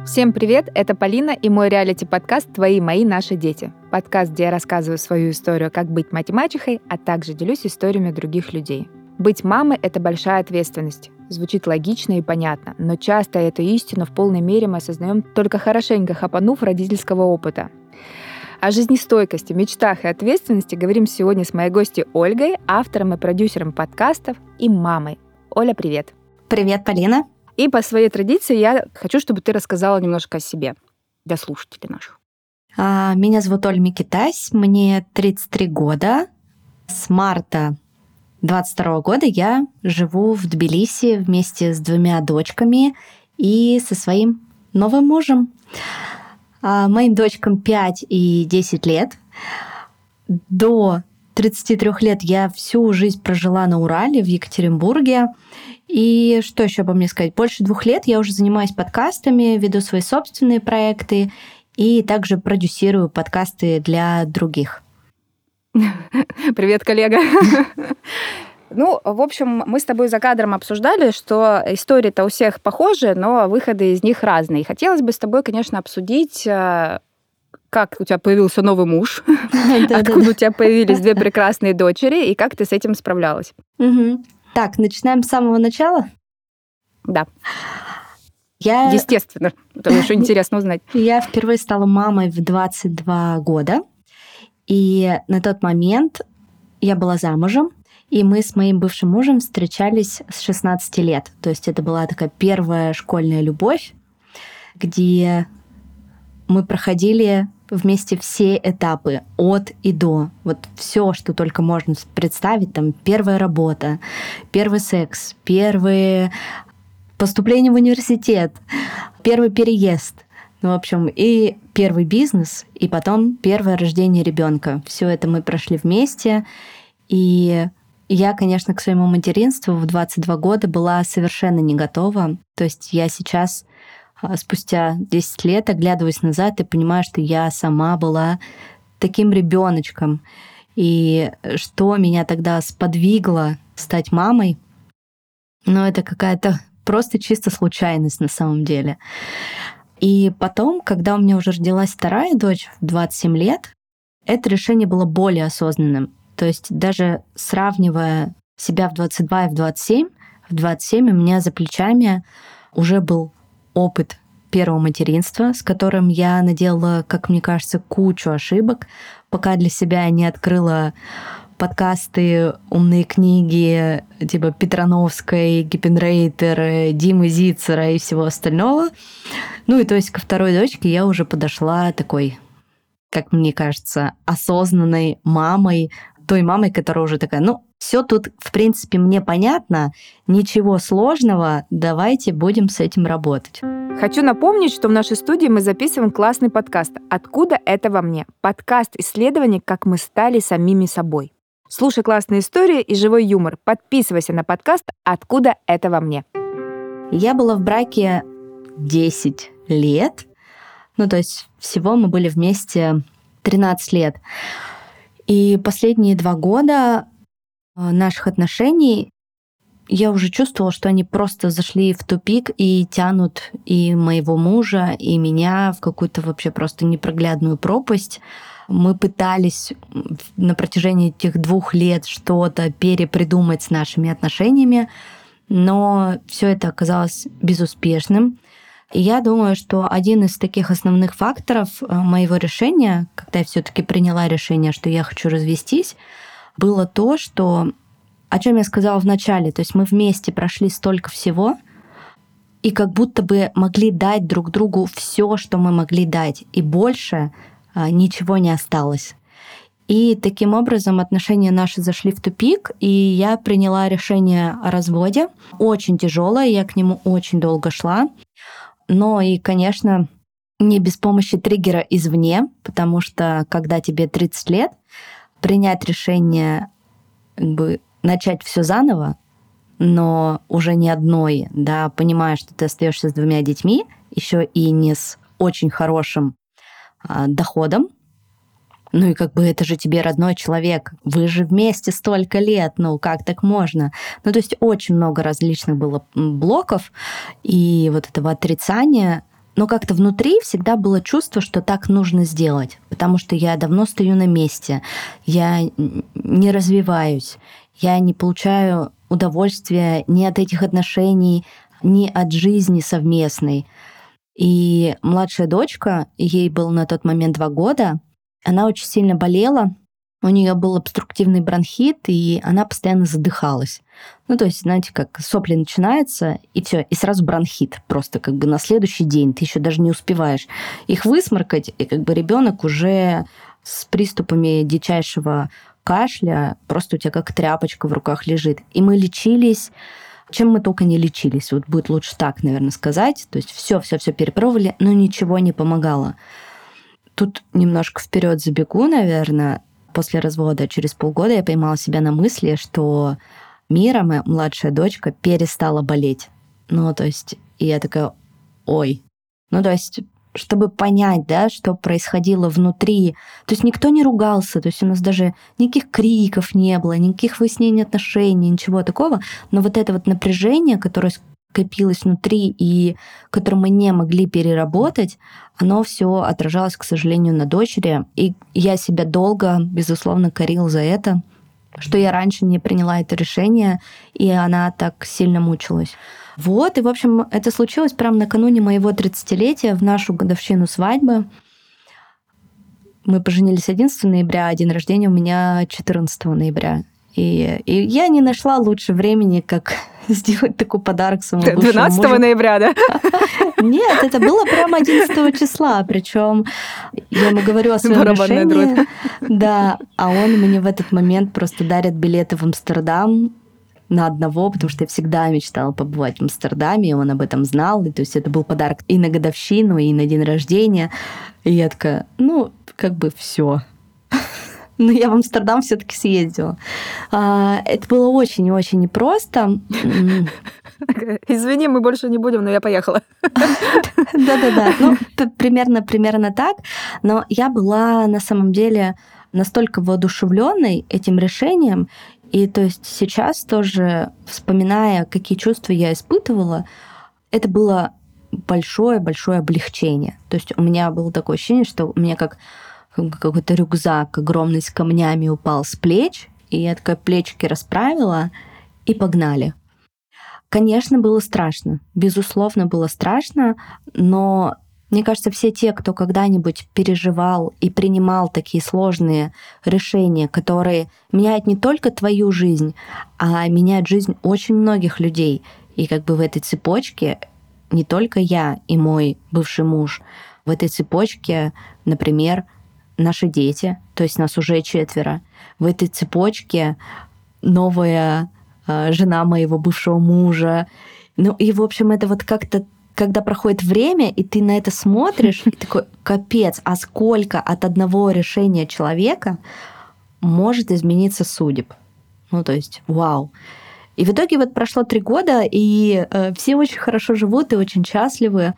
Всем привет, это Полина и мой реалити-подкаст «Твои, мои, наши дети». Подкаст, где я рассказываю свою историю, как быть мать-мачехой, а также делюсь историями других людей. Быть мамой — это большая ответственность. Звучит логично и понятно, но часто эту истину в полной мере мы осознаем, только хорошенько хапанув родительского опыта. О жизнестойкости, мечтах и ответственности говорим сегодня с моей гостьей Ольгой, автором и продюсером подкастов, и мамой. Оля, привет. Привет, Полина. И по своей традиции я хочу, чтобы ты рассказала немножко о себе для слушателей наших. Меня зовут Оля Микитась, мне 33 года. С марта 22 года я живу в Тбилиси вместе с 2 дочками и со своим новым мужем. Моим дочкам 5 и 10 лет. До 33 лет я всю жизнь прожила на Урале, в Екатеринбурге. И что еще обо мне сказать? Больше 2 лет я уже занимаюсь подкастами, веду свои собственные проекты и также продюсирую подкасты для других. Привет, коллега. Ну, в общем, мы с тобой за кадром обсуждали, что истории-то у всех похожи, но выходы из них разные. Хотелось бы с тобой, конечно, обсудить, как у тебя появился новый муж, откуда у тебя появились 2 прекрасные дочери, и как ты с этим справлялась. Так, начинаем с самого начала? Да. Естественно, это еще интересно узнать. Я впервые стала мамой в 22 года, и на тот момент я была замужем, и мы с моим бывшим мужем встречались с 16 лет. То есть это была такая первая школьная любовь, где мы проходили вместе все этапы от и до. Вот все, что только можно представить. Там первая работа, первый секс, первое поступление в университет, первый переезд. Ну, в общем, и первый бизнес, и потом первое рождение ребенка. Все это мы прошли вместе. И я, конечно, к своему материнству в 22 года была совершенно не готова. То есть я сейчас, спустя 10 лет, оглядываясь назад и понимаю, что я сама была таким ребеночком. И что меня тогда сподвигло стать мамой, ну, это какая-то просто чисто случайность на самом деле. И потом, когда у меня уже родилась вторая дочь в 27 лет, это решение было более осознанным. То есть даже сравнивая себя в 22 и в 27 у меня за плечами уже был опыт первого материнства, с которым я наделала, как мне кажется, кучу ошибок, пока для себя не открыла подкасты, умные книги типа Петрановской, Гиппенрейтер, Димы Зицера и всего остального. Ну и то есть ко второй дочке я уже подошла такой, как мне кажется, осознанной мамой, той мамой, которая уже такая, ну, все тут, в принципе, мне понятно, ничего сложного, давайте будем с этим работать. Хочу напомнить, что в нашей студии мы записываем классный подкаст «Откуда это во мне?» Подкаст исследований, как мы стали самими собой. Слушай классные истории и живой юмор. Подписывайся на подкаст «Откуда это во мне?». Я была в браке 10 лет. Ну, то есть всего мы были вместе 13 лет. И последние 2 года наших отношений я уже чувствовала, что они просто зашли в тупик и тянут и моего мужа, и меня в какую-то вообще просто непроглядную пропасть. Мы пытались на протяжении этих 2 лет что-то перепридумать с нашими отношениями, но все это оказалось безуспешным. И я думаю, что один из таких основных факторов моего решения, когда я все-таки приняла решение, что я хочу развестись, было то, что, о чем я сказала в начале, то есть мы вместе прошли столько всего, и как будто бы могли дать друг другу все, что мы могли дать, и больше ничего не осталось. И таким образом отношения наши зашли в тупик, и я приняла решение о разводе. Очень тяжелое, я к нему очень долго шла. Но и, конечно, не без помощи триггера извне, потому что когда тебе 30 лет, принять решение начать все заново, но уже не одной, да, понимая, что ты остаешься с 2 детьми, еще и не с очень хорошим доходом. Ну и это же тебе родной человек. Вы же вместе столько лет, ну как так можно? Ну то есть очень много различных было блоков и вот этого отрицания. Но как-то внутри всегда было чувство, что так нужно сделать, потому что я давно стою на месте, я не развиваюсь, я не получаю удовольствия ни от этих отношений, ни от жизни совместной. И младшая дочка, ей было на тот момент 2 года, она очень сильно болела, у нее был обструктивный бронхит, и она постоянно задыхалась. Ну, то есть, знаете, как сопли начинаются, и все, и сразу бронхит. Просто как бы на следующий день ты еще даже не успеваешь их высморкать, и как бы ребенок уже с приступами дичайшего кашля, просто у тебя как тряпочка в руках лежит. И мы лечились, чем мы только не лечились. Вот будет лучше так, наверное, сказать. То есть все перепробовали, но ничего не помогало. Тут немножко вперед забегу, наверное. После развода через полгода я поймала себя на мысли, что Мира, моя младшая дочка, перестала болеть. Ну, то есть, и я такая, ой. Ну, то есть, чтобы понять, да, что происходило внутри. То есть никто не ругался, то есть у нас даже никаких криков не было, никаких выяснений отношений, ничего такого. Но вот это вот напряжение, которое копилось внутри и которое мы не могли переработать, оно все отражалось, к сожалению, на дочери. И я себя долго, безусловно, корила за это, что я раньше не приняла это решение, и она так сильно мучилась. Вот, и, в общем, это случилось прямо накануне моего 30-летия, в нашу годовщину свадьбы. Мы поженились 11 ноября, а день рождения у меня 14 ноября. И я не нашла лучше времени, как сделать такой подарок своему бывшему 12 мужу. ноября, да? Нет, это было прямо 11 числа. Причем я ему говорю о своем Барабанная решении. дробь. Да, а он мне в этот момент просто дарит билеты в Амстердам на одного, потому что я всегда мечтала побывать в Амстердаме, и он об этом знал. И, то есть это был подарок и на годовщину, и на день рождения. И я такая, ну, как бы все. Но я в Амстердам все-таки съездила. Это было очень-очень непросто. Извини, мы больше не будем, но я поехала. Да-да-да. Ну, примерно так. Но я была на самом деле настолько воодушевленной этим решением. И то есть сейчас тоже, вспоминая, какие чувства я испытывала, это было большое-большое облегчение. То есть у меня было такое ощущение, что у меня как какой-то рюкзак огромный с камнями упал с плеч, и я такая плечики расправила, и погнали. Конечно, было страшно. Безусловно, было страшно, но мне кажется, все те, кто когда-нибудь переживал и принимал такие сложные решения, которые меняют не только твою жизнь, а меняют жизнь очень многих людей. И как бы в этой цепочке не только я и мой бывший муж, в этой цепочке, например, наши дети, то есть нас уже 4. В этой цепочке новая жена моего бывшего мужа. Ну и, в общем, это вот как-то, когда проходит время, и ты на это смотришь, и такой, капец, а сколько от одного решения человека может измениться судеб? Ну, то есть, вау. И в итоге вот прошло 3 года, и все очень хорошо живут и очень счастливы.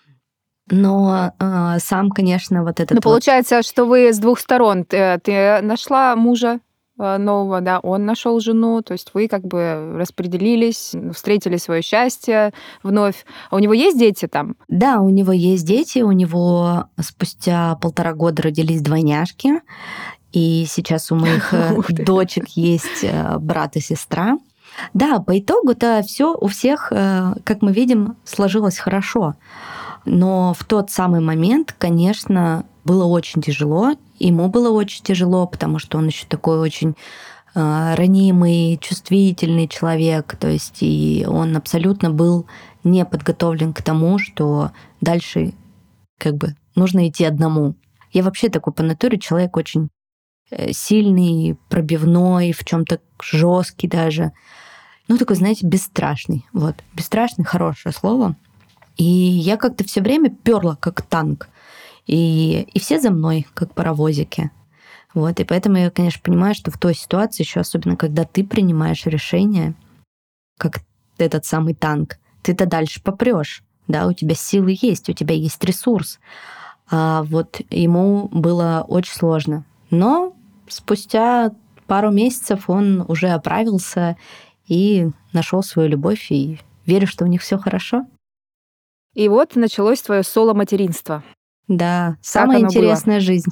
Но сам, конечно, вот этот... Ну, получается, что вы с двух сторон. Ты нашла мужа нового, да, он нашел жену, то есть вы как бы распределились, встретили свое счастье вновь. А у него есть дети там? Да, у него есть дети, у него спустя 1,5 года родились двойняшки, и сейчас у моих дочек есть брат и сестра. Да, по итогу-то все у всех, как мы видим, сложилось хорошо. Но в тот самый момент, конечно, было очень тяжело. Ему было очень тяжело, потому что он еще такой очень ранимый, чувствительный человек. То есть и он абсолютно был не подготовлен к тому, что дальше как бы нужно идти одному. Я вообще такой по натуре человек очень сильный, пробивной, в чем-то жесткий даже. Ну, такой, знаете, бесстрашный. Вот. Бесстрашный — хорошее слово. И я как-то все время перла как танк. И все за мной, как паровозики. Вот. И поэтому я, конечно, понимаю, что в той ситуации, еще особенно когда ты принимаешь решение, как этот самый танк, ты-то дальше попрешь. Да, у тебя силы есть, у тебя есть ресурс. А вот ему было очень сложно. Но спустя пару месяцев он уже оправился и нашел свою любовь, и верю, что у них все хорошо. И вот началось твое соло-материнство. Да, самая интересная жизнь.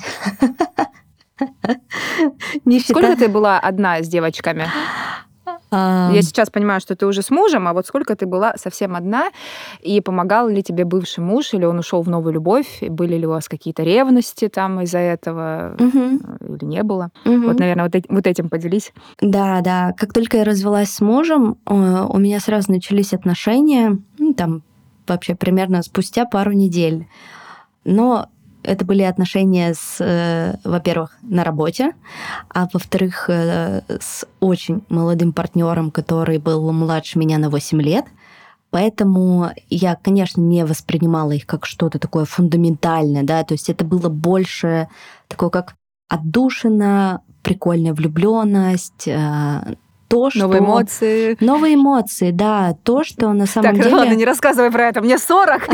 Сколько ты была одна с девочками? Я сейчас понимаю, что ты уже с мужем, а вот сколько ты была совсем одна, и помогал ли тебе бывший муж, или он ушел в новую любовь, и были ли у вас какие-то ревности там из-за этого, или не было? Вот, наверное, вот этим поделись. Да. Как только я развелась с мужем, у меня сразу начались отношения, там вообще примерно спустя пару недель. Но это были отношения во-первых, на работе, а во-вторых, с очень молодым партнером, который был младше меня на 8 лет. Поэтому я, конечно, не воспринимала их как что-то такое фундаментальное, да, то есть это было больше такое, как отдушина, прикольная влюбленность, то, что... Новые эмоции. Новые эмоции, да. То, что на самом деле... Так, ладно, не рассказывай про это. Мне 40.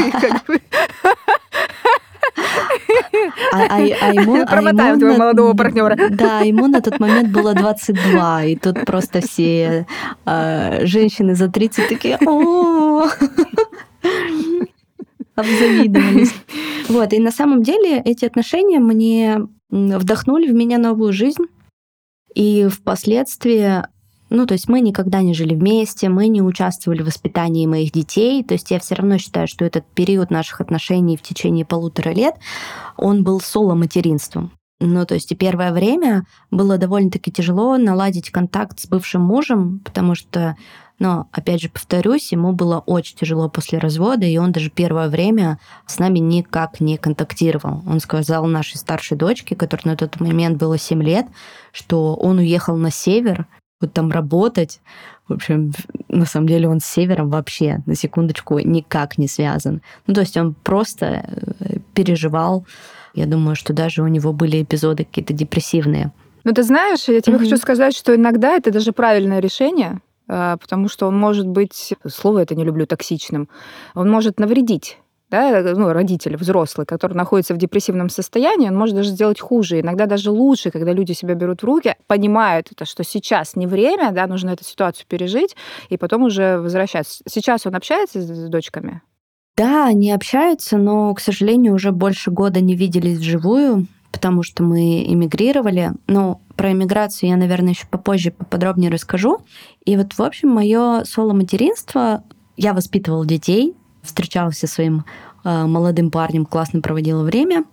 Промотаем твоего молодого партнера. Да, ему на тот момент было 22, и тут просто все женщины за 30 такие: о, обзавидовались. Вот, и на самом деле эти отношения мне вдохнули в меня новую жизнь, и впоследствии... то есть мы никогда не жили вместе, мы не участвовали в воспитании моих детей. То есть я все равно считаю, что этот период наших отношений в течение 1,5 лет, он был соло-материнством. То есть и первое время было довольно-таки тяжело наладить контакт с бывшим мужем, потому что, опять же, повторюсь, ему было очень тяжело после развода, и он даже первое время с нами никак не контактировал. Он сказал нашей старшей дочке, которой на тот момент было 7 лет, что он уехал на север, вот там работать. В общем, на самом деле он с севером вообще, на секундочку, никак не связан. То есть он просто переживал. Я думаю, что даже у него были эпизоды какие-то депрессивные. Ты знаешь, я тебе хочу сказать, что иногда это даже правильное решение, потому что он может быть, слово это не люблю, токсичным, он может навредить. Да, родитель, взрослый, который находится в депрессивном состоянии, он может даже сделать хуже. Иногда даже лучше, когда люди себя берут в руки, понимают это, что сейчас не время, да, нужно эту ситуацию пережить, и потом уже возвращаться. Сейчас он общается с дочками? Да, они общаются, но, к сожалению, уже больше года не виделись вживую, потому что мы эмигрировали. Но про эмиграцию я, наверное, еще попозже поподробнее расскажу. И вот, в общем, мое соло-материнство, я воспитывала детей, встречалась со своим молодым парнем, классно проводила время.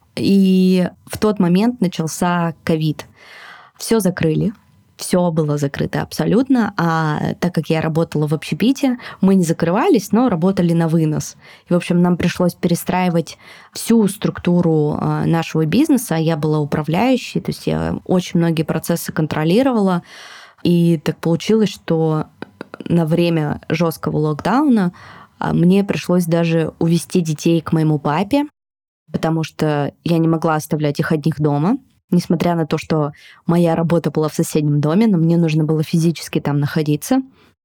И в тот момент начался ковид. Все закрыли, все было закрыто абсолютно. А так как я работала в общепите, мы не закрывались, но работали на вынос. И, в общем, нам пришлось перестраивать всю структуру нашего бизнеса. Я была управляющей, то есть я очень многие процессы контролировала. И так получилось, что на время жесткого локдауна мне пришлось даже увезти детей к моему папе, потому что я не могла оставлять их одних дома, несмотря на то, что моя работа была в соседнем доме, но мне нужно было физически там находиться.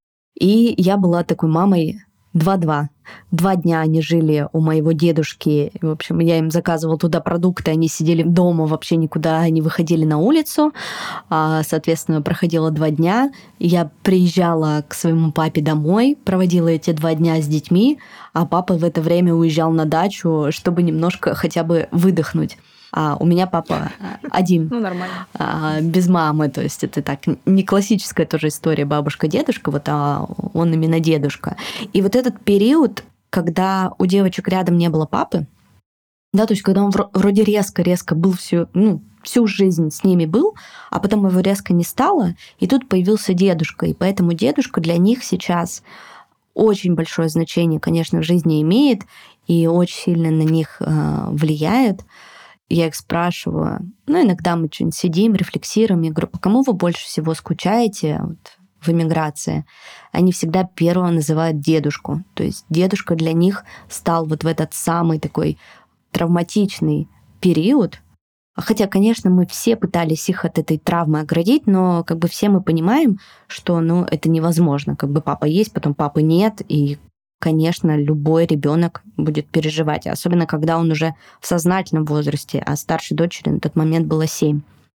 И я была такой мамой 2-2. 2 дня они жили у моего дедушки. В общем, я им заказывала туда продукты, они сидели дома, вообще никуда не выходили на улицу. Соответственно, проходило 2 дня. Я приезжала к своему папе домой, проводила эти 2 дня с детьми, а папа в это время уезжал на дачу, чтобы немножко хотя бы выдохнуть. А у меня папа один. Нормально. Без мамы. То есть это так не классическая тоже история бабушка-дедушка, а он именно дедушка. И вот этот период, когда у девочек рядом не было папы, да, то есть когда он вроде резко был всю жизнь с ними был, а потом его резко не стало, и тут появился дедушка. И поэтому дедушка для них сейчас очень большое значение, конечно, в жизни имеет и очень сильно на них влияет. Я их спрашиваю, иногда мы что-нибудь сидим, рефлексируем. Я говорю, по кому вы больше всего скучаете в эмиграции? Они всегда первого называют дедушку. То есть дедушка для них стал вот в этот самый такой травматичный период. Хотя, конечно, мы все пытались их от этой травмы оградить, но все мы понимаем, что это невозможно. Папа есть, потом папы нет, и конечно, любой ребенок будет переживать, особенно когда он уже в сознательном возрасте, а старшей дочери на тот момент было 7.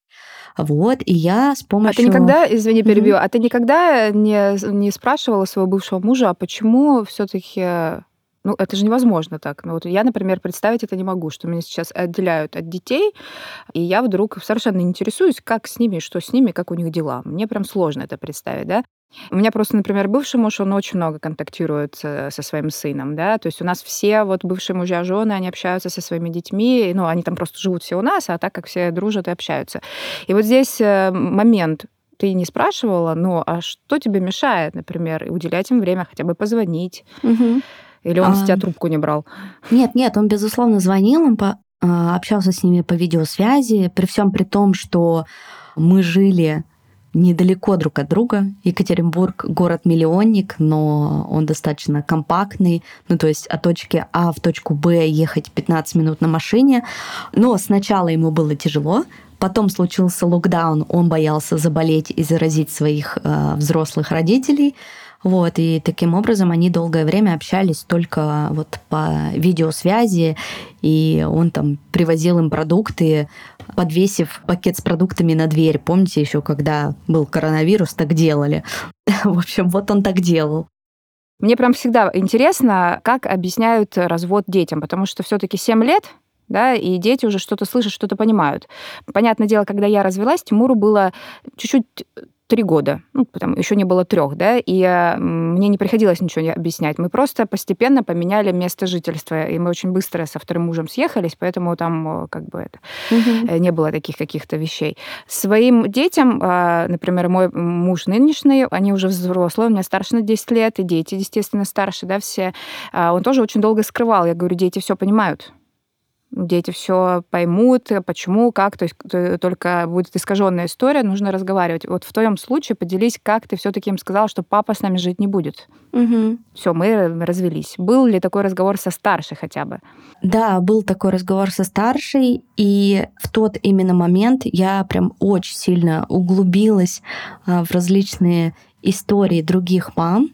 Вот, и я с помощью... А ты никогда, извини, перебью, а ты никогда не спрашивала своего бывшего мужа, а почему все-таки Ну, это же невозможно так. Ну, вот я, например, представить это не могу, что меня сейчас отделяют от детей, и я вдруг совершенно не интересуюсь, как с ними, что с ними, как у них дела. Мне прям сложно это представить, да. У меня просто, например, бывший муж, он очень много контактирует со своим сыном, да, то есть у нас все вот бывшие мужья, жены, они общаются со своими детьми, ну, они там просто живут все у нас, а так как все дружат и общаются. И вот здесь момент, ты не спрашивала, ну, а что тебе мешает, например, уделять им время, хотя бы позвонить? Мгм. Или он с тебя трубку не брал? Нет, он, безусловно, звонил, он общался с ними по видеосвязи, при всем при том, что мы жили недалеко друг от друга. Екатеринбург — город-миллионник, но он достаточно компактный. Ну, то есть от точки А в точку Б ехать 15 минут на машине. Но сначала ему было тяжело, потом случился локдаун, он боялся заболеть и заразить своих взрослых родителей. Вот, и таким образом они долгое время общались только вот по видеосвязи, и он там привозил им продукты, подвесив пакет с продуктами на дверь. Помните еще, когда был коронавирус, так делали? В общем, вот он так делал. Мне прям всегда интересно, как объясняют развод детям, потому что все-таки 7 лет, да, и дети уже что-то слышат, что-то понимают. Понятное дело, когда я развелась, Тимуру было чуть-чуть 3 года, ну, потому еще не было 3, да, и мне не приходилось ничего объяснять. Мы просто постепенно поменяли место жительства, и мы очень быстро со вторым мужем съехались, поэтому там как бы не было таких каких-то вещей. Своим детям, например, мой муж нынешний, они уже взрослые, у меня старше на 10 лет, и дети, естественно, старше, да, все. Он тоже очень долго скрывал. Я говорю, дети все понимают. Дети все поймут, почему, как, то есть только будет искаженная история, нужно разговаривать. Вот в твоем случае поделись, как ты все-таки им сказала, что папа с нами жить не будет. Все, мы развелись. Был ли такой разговор со старшей хотя бы? Да, был такой разговор со старшей, и в тот именно момент я прям очень сильно углубилась в различные истории других мам,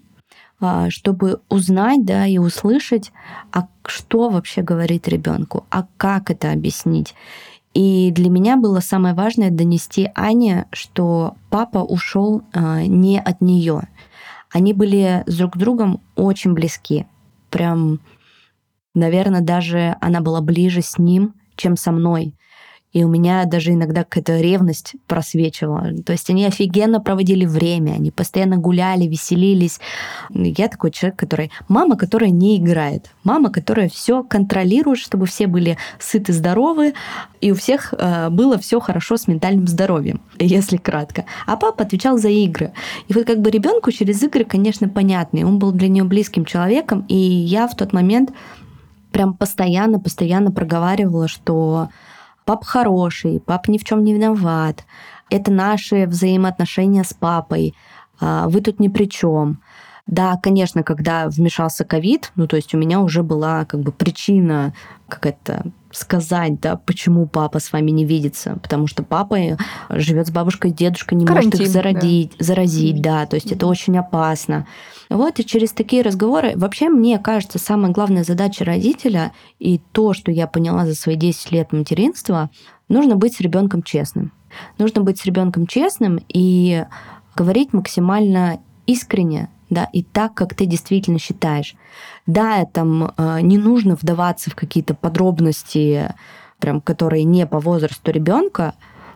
чтобы узнать, да, и услышать, а что вообще говорит ребенку, а как это объяснить. И для меня было самое важное донести Ане, что папа ушел не от нее. Они были с друг другом очень близки. Прям, наверное, даже она была ближе с ним, чем со мной. И у меня даже иногда какая-то ревность просвечивала. То есть они офигенно проводили время, они постоянно гуляли, веселились. Я такой человек, мама, которая не играет. Мама, которая все контролирует, чтобы все были сыты, здоровы, и у всех было все хорошо с ментальным здоровьем, если кратко. А папа отвечал за игры. И вот как бы ребенку через игры, конечно, понятно. Он был для нее близким человеком, и я в тот момент прям постоянно проговаривала, что папа хороший, папа ни в чем не виноват. Это наши взаимоотношения с папой. Вы тут ни при чем. Да, конечно, когда вмешался ковид, ну то есть у меня уже была как бы причина какая-то сказать, да, почему папа с вами не видится, потому что папа живет с бабушкой и дедушкой, не может их заразить, да, то есть это очень опасно. Вот, и через такие разговоры, вообще, мне кажется, самая главная задача родителя, и то, что я поняла за свои 10 лет материнства, нужно быть с ребенком честным. Нужно быть с ребенком честным и говорить максимально искренне, да, и так, как ты действительно считаешь. Да, там не нужно вдаваться в какие-то подробности, прям, которые не по возрасту ребенка,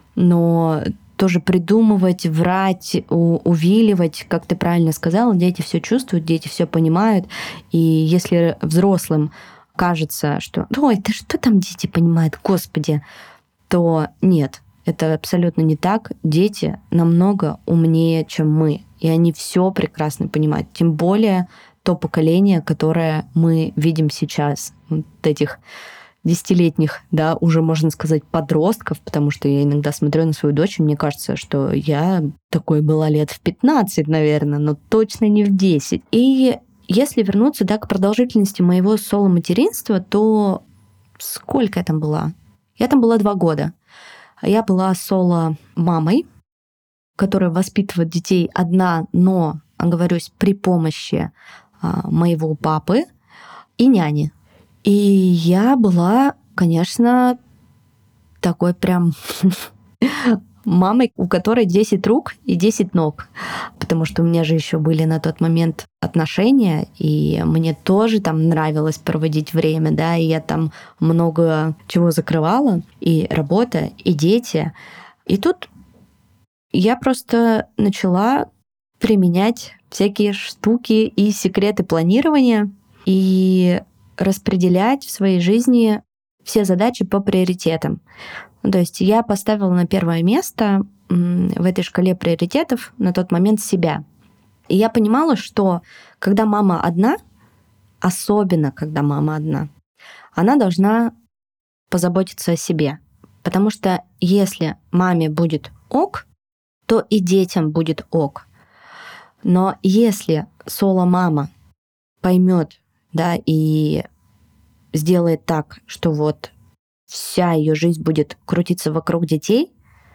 но тоже придумывать, врать, увиливать, как ты правильно сказала, дети все чувствуют, дети все понимают. И если взрослым кажется, что «Ой, да что там дети понимают, Господи», то нет, это абсолютно не так. Дети намного умнее, чем мы, и они все прекрасно понимают. Тем более то поколение, которое мы видим сейчас, вот этих 10-летних, да, уже, можно сказать, подростков, потому что я иногда смотрю на свою дочь, и мне кажется, что я такой была лет в 15, наверное, но точно не в 10. И если вернуться, да, к продолжительности моего соло-материнства, то сколько я там была? Я там была 2 года. Я была соло-мамой, которая воспитывает детей одна, но, оговорюсь, при помощи моего папы и няни. И я была, конечно, такой прям мамой, у которой 10 рук и 10 ног. Потому что у меня же еще были на тот момент отношения, и мне тоже там нравилось проводить время, да, и я там много чего закрывала, и работа, и дети. И тут я просто начала применять всякие штуки и секреты планирования и распределять в своей жизни все задачи по приоритетам. То есть я поставила на первое место в этой шкале приоритетов на тот момент себя. И я понимала, что когда мама одна, особенно когда мама одна, она должна позаботиться о себе. Потому что если маме будет ок, то и детям будет ок. Но если соло-мама поймет, да, и сделает так, что вот вся ее жизнь будет крутиться вокруг детей,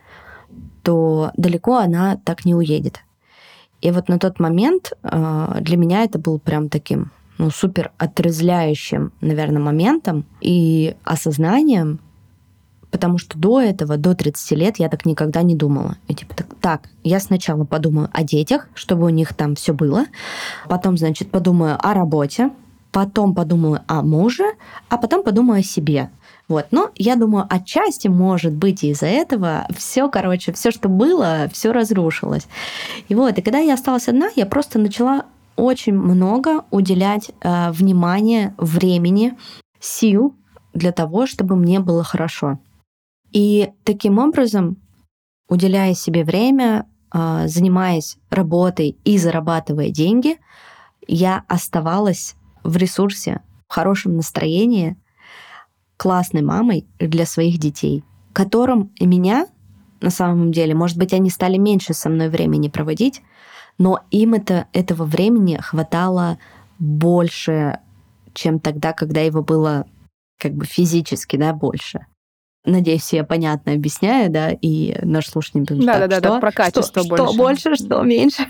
то далеко она так не уедет. И вот на тот момент для меня это был прям таким супер отрезвляющим, наверное, моментом и осознанием, потому что до этого, до 30 лет я так никогда не думала. И типа так, я сначала подумаю о детях, чтобы у них там все было, потом, значит, подумаю о работе, потом подумаю о муже, а потом подумаю о себе. Вот. Но я думаю, отчасти, может быть, из-за этого все, что было, все разрушилось. И вот, и когда я осталась одна, я просто начала очень много уделять внимания, времени, сил для того, чтобы мне было хорошо. И таким образом, уделяя себе время, занимаясь работой и зарабатывая деньги, я оставалась в ресурсе, в хорошем настроении, классной мамой для своих детей, которым меня, на самом деле, может быть, они стали меньше со мной времени проводить, но им этого времени хватало больше, чем тогда, когда его было как бы физически, да, больше. Надеюсь, я понятно объясняю, да, и наш слушатель думает, да, про качество больше. Что больше, что меньше.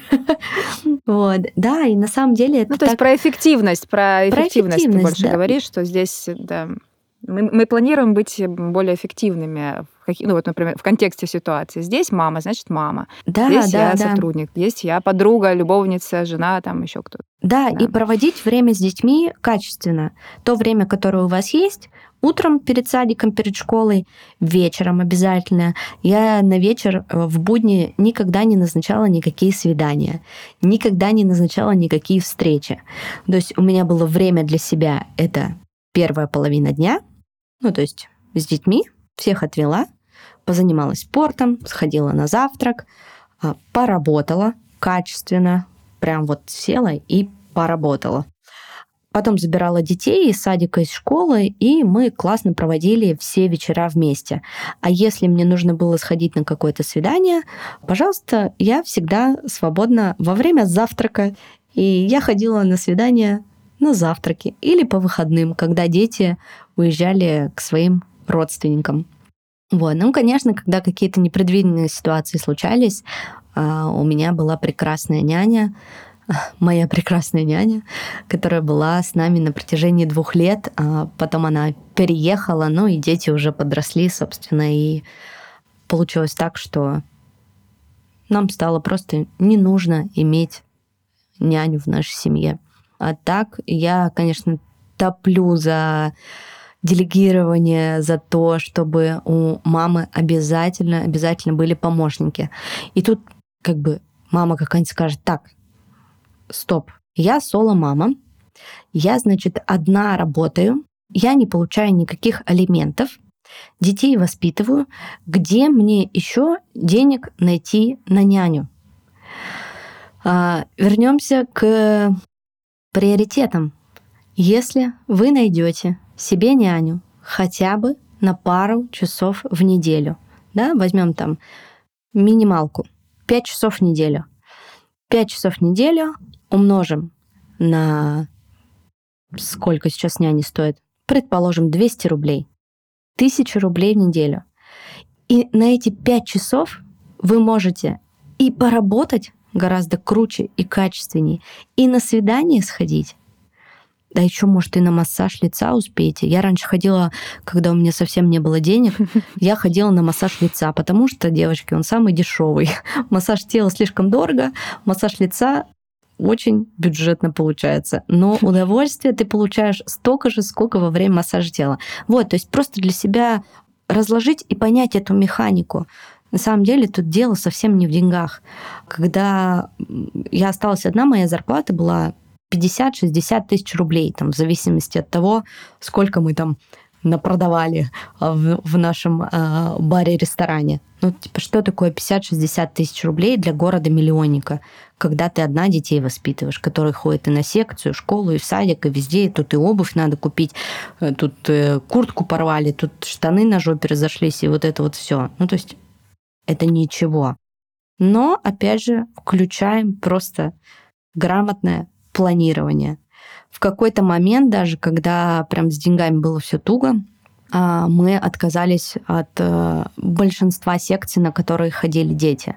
Вот, да, и на самом деле это то есть про эффективность ты больше да. говоришь, что здесь, да, мы планируем быть более эффективными, вот, например, в контексте ситуации. Здесь мама, значит, мама. Здесь я сотрудник, здесь я подруга, любовница, жена, там еще кто-то. Да, и проводить время с детьми качественно. То время, которое у вас есть, утром перед садиком, перед школой, вечером обязательно. Я на вечер в будни никогда не назначала никакие свидания, никогда не назначала никакие встречи. То есть у меня было время для себя, это первая половина дня, то есть с детьми, всех отвела, позанималась спортом, сходила на завтрак, поработала качественно, прям вот села и поработала. Потом забирала детей из садика, из школы, и мы классно проводили все вечера вместе. А если мне нужно было сходить на какое-то свидание, пожалуйста, я всегда свободна во время завтрака. И я ходила на свидания на завтраки или по выходным, когда дети уезжали к своим родственникам. Вот. Конечно, когда какие-то непредвиденные ситуации случались, у меня была прекрасная няня, моя прекрасная няня, которая была с нами на протяжении 2 лет. Потом она переехала, и дети уже подросли, собственно, и получилось так, что нам стало просто не нужно иметь няню в нашей семье. А так я, конечно, топлю за делегирование, за то, чтобы у мамы обязательно были помощники. И тут как бы мама какая-нибудь скажет: так, стоп, я соло-мама, я, значит, одна работаю, я не получаю никаких алиментов, детей воспитываю, где мне еще денег найти на няню? Вернемся к приоритетам. Если вы найдете себе няню хотя бы на пару часов в неделю, да, возьмем там минималку, 5 часов в неделю. 5 часов в неделю умножим на сколько сейчас няни стоит? Предположим, 200 рублей. 1000 рублей в неделю. И на эти 5 часов вы можете и поработать гораздо круче и качественнее, и на свидание сходить, Да еще, может, и на массаж лица успеете. Я раньше ходила, когда у меня совсем не было денег, я ходила на массаж лица, потому что, девочки, он самый дешевый. Массаж тела слишком дорого, массаж лица очень бюджетно получается. Но удовольствие ты получаешь столько же, сколько во время массажа тела. Вот, то есть просто для себя разложить и понять эту механику. На самом деле тут дело совсем не в деньгах. Когда я осталась одна, моя зарплата была 50-60 тысяч рублей, там, в зависимости от того, сколько мы там напродавали в нашем баре-ресторане. Ну, типа, что такое 50-60 тысяч рублей для города-миллионника, когда ты одна детей воспитываешь, которые ходят и на секцию, в школу, и в садик, и везде, и тут и обувь надо купить, тут куртку порвали, тут штаны на жопе разошлись, и вот это вот все. Ну, то есть это ничего. Но, опять же, включаем просто грамотное планирование. В какой-то момент, даже когда прям с деньгами было все туго, мы отказались от большинства секций, на которые ходили дети.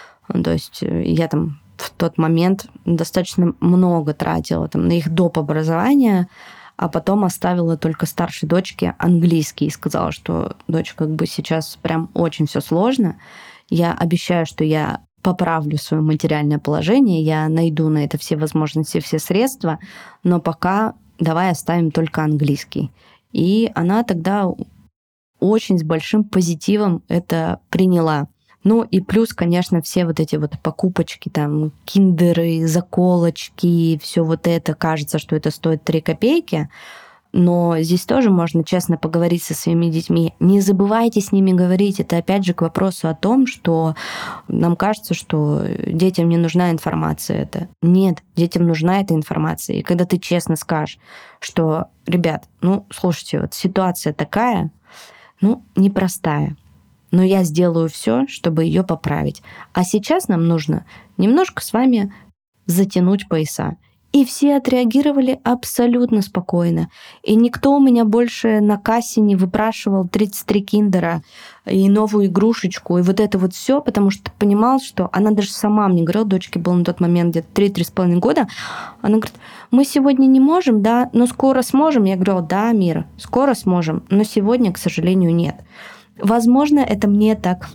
То есть я там в тот момент достаточно много тратила там, на их доп. Образование, а потом оставила только старшей дочке английский и сказала, что дочь, как бы сейчас прям очень все сложно. Я обещаю, что я поправлю свое материальное положение, я найду на это все возможности, все средства, но пока давай оставим только английский. И она тогда очень с большим позитивом это приняла. Ну и плюс, конечно, все вот эти вот покупочки, там, киндеры, заколочки, все вот это, кажется, что это стоит 3 копейки, но здесь тоже можно честно поговорить со своими детьми. Не забывайте с ними говорить. Это опять же к вопросу о том, что нам кажется, что детям не нужна информация. Это нет, детям нужна эта информация. И когда ты честно скажешь, что, ребят, ну, слушайте, вот ситуация такая, ну, непростая, но я сделаю все, чтобы ее поправить. А сейчас нам нужно немножко с вами затянуть пояса. И все отреагировали абсолютно спокойно. И никто у меня больше на кассе не выпрашивал 33 киндера и новую игрушечку, и вот это вот все, потому что понимал, что она даже сама мне говорила, дочке было на тот момент где-то 3-3,5 года, она говорит, мы сегодня не можем, да, но скоро сможем. Я говорю, да, Мира, скоро сможем, но сегодня, к сожалению, нет. Возможно, это мне так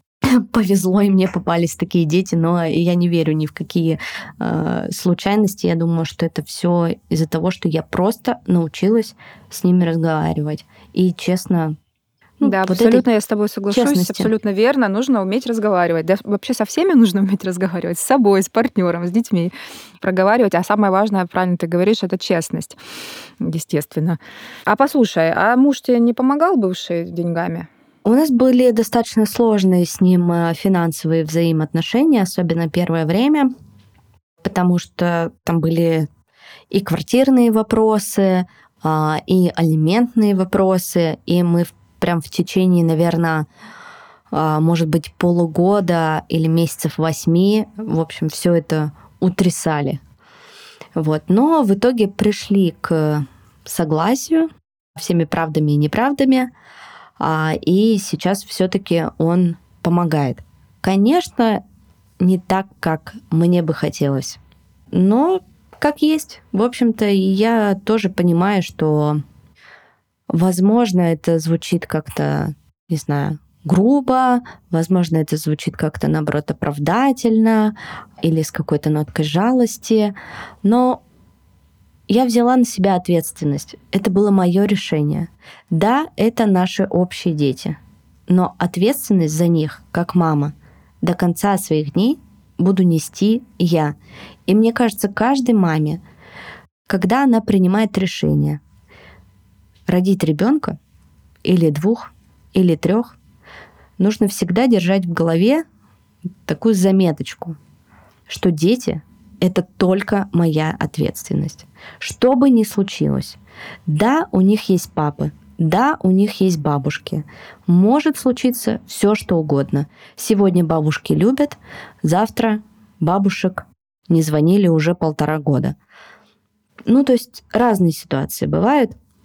повезло, и мне попались такие дети, но я не верю ни в какие случайности. Я думаю, что это все из-за того, что я просто научилась с ними разговаривать. И честно... Да, вот абсолютно я с тобой соглашусь, честности. Абсолютно верно. Нужно уметь разговаривать. Да, вообще со всеми нужно уметь разговаривать. С собой, с партнером, с детьми. Проговаривать. А самое важное, правильно ты говоришь, это честность. Естественно. А послушай, а муж тебе не помогал бывший деньгами? У нас были достаточно сложные с ним финансовые взаимоотношения, особенно первое время, потому что там были и квартирные вопросы, и алиментные вопросы, и мы прям в течение, наверное, может быть, полугода или месяцев 8, в общем, все это утрясали. Вот. Но в итоге пришли к согласию всеми правдами и неправдами, и сейчас все-таки он помогает. Конечно, не так, как мне бы хотелось, но как есть. В общем-то, я тоже понимаю, что, возможно, это звучит как-то, не знаю, грубо, возможно, это звучит как-то, наоборот, оправдательно или с какой-то ноткой жалости, но я взяла на себя ответственность. Это было мое решение. Да, это наши общие дети, но ответственность за них, как мама, до конца своих дней буду нести я. И мне кажется, каждой маме, когда она принимает решение родить ребенка или 2, или 3, нужно всегда держать в голове такую заметочку, что дети — это только моя ответственность. Что бы ни случилось, да, у них есть папы, да, у них есть бабушки. Может случиться все, что угодно. Сегодня бабушки любят, завтра бабушек не звонили уже 1,5 года. Ну, то есть разные ситуации бывают.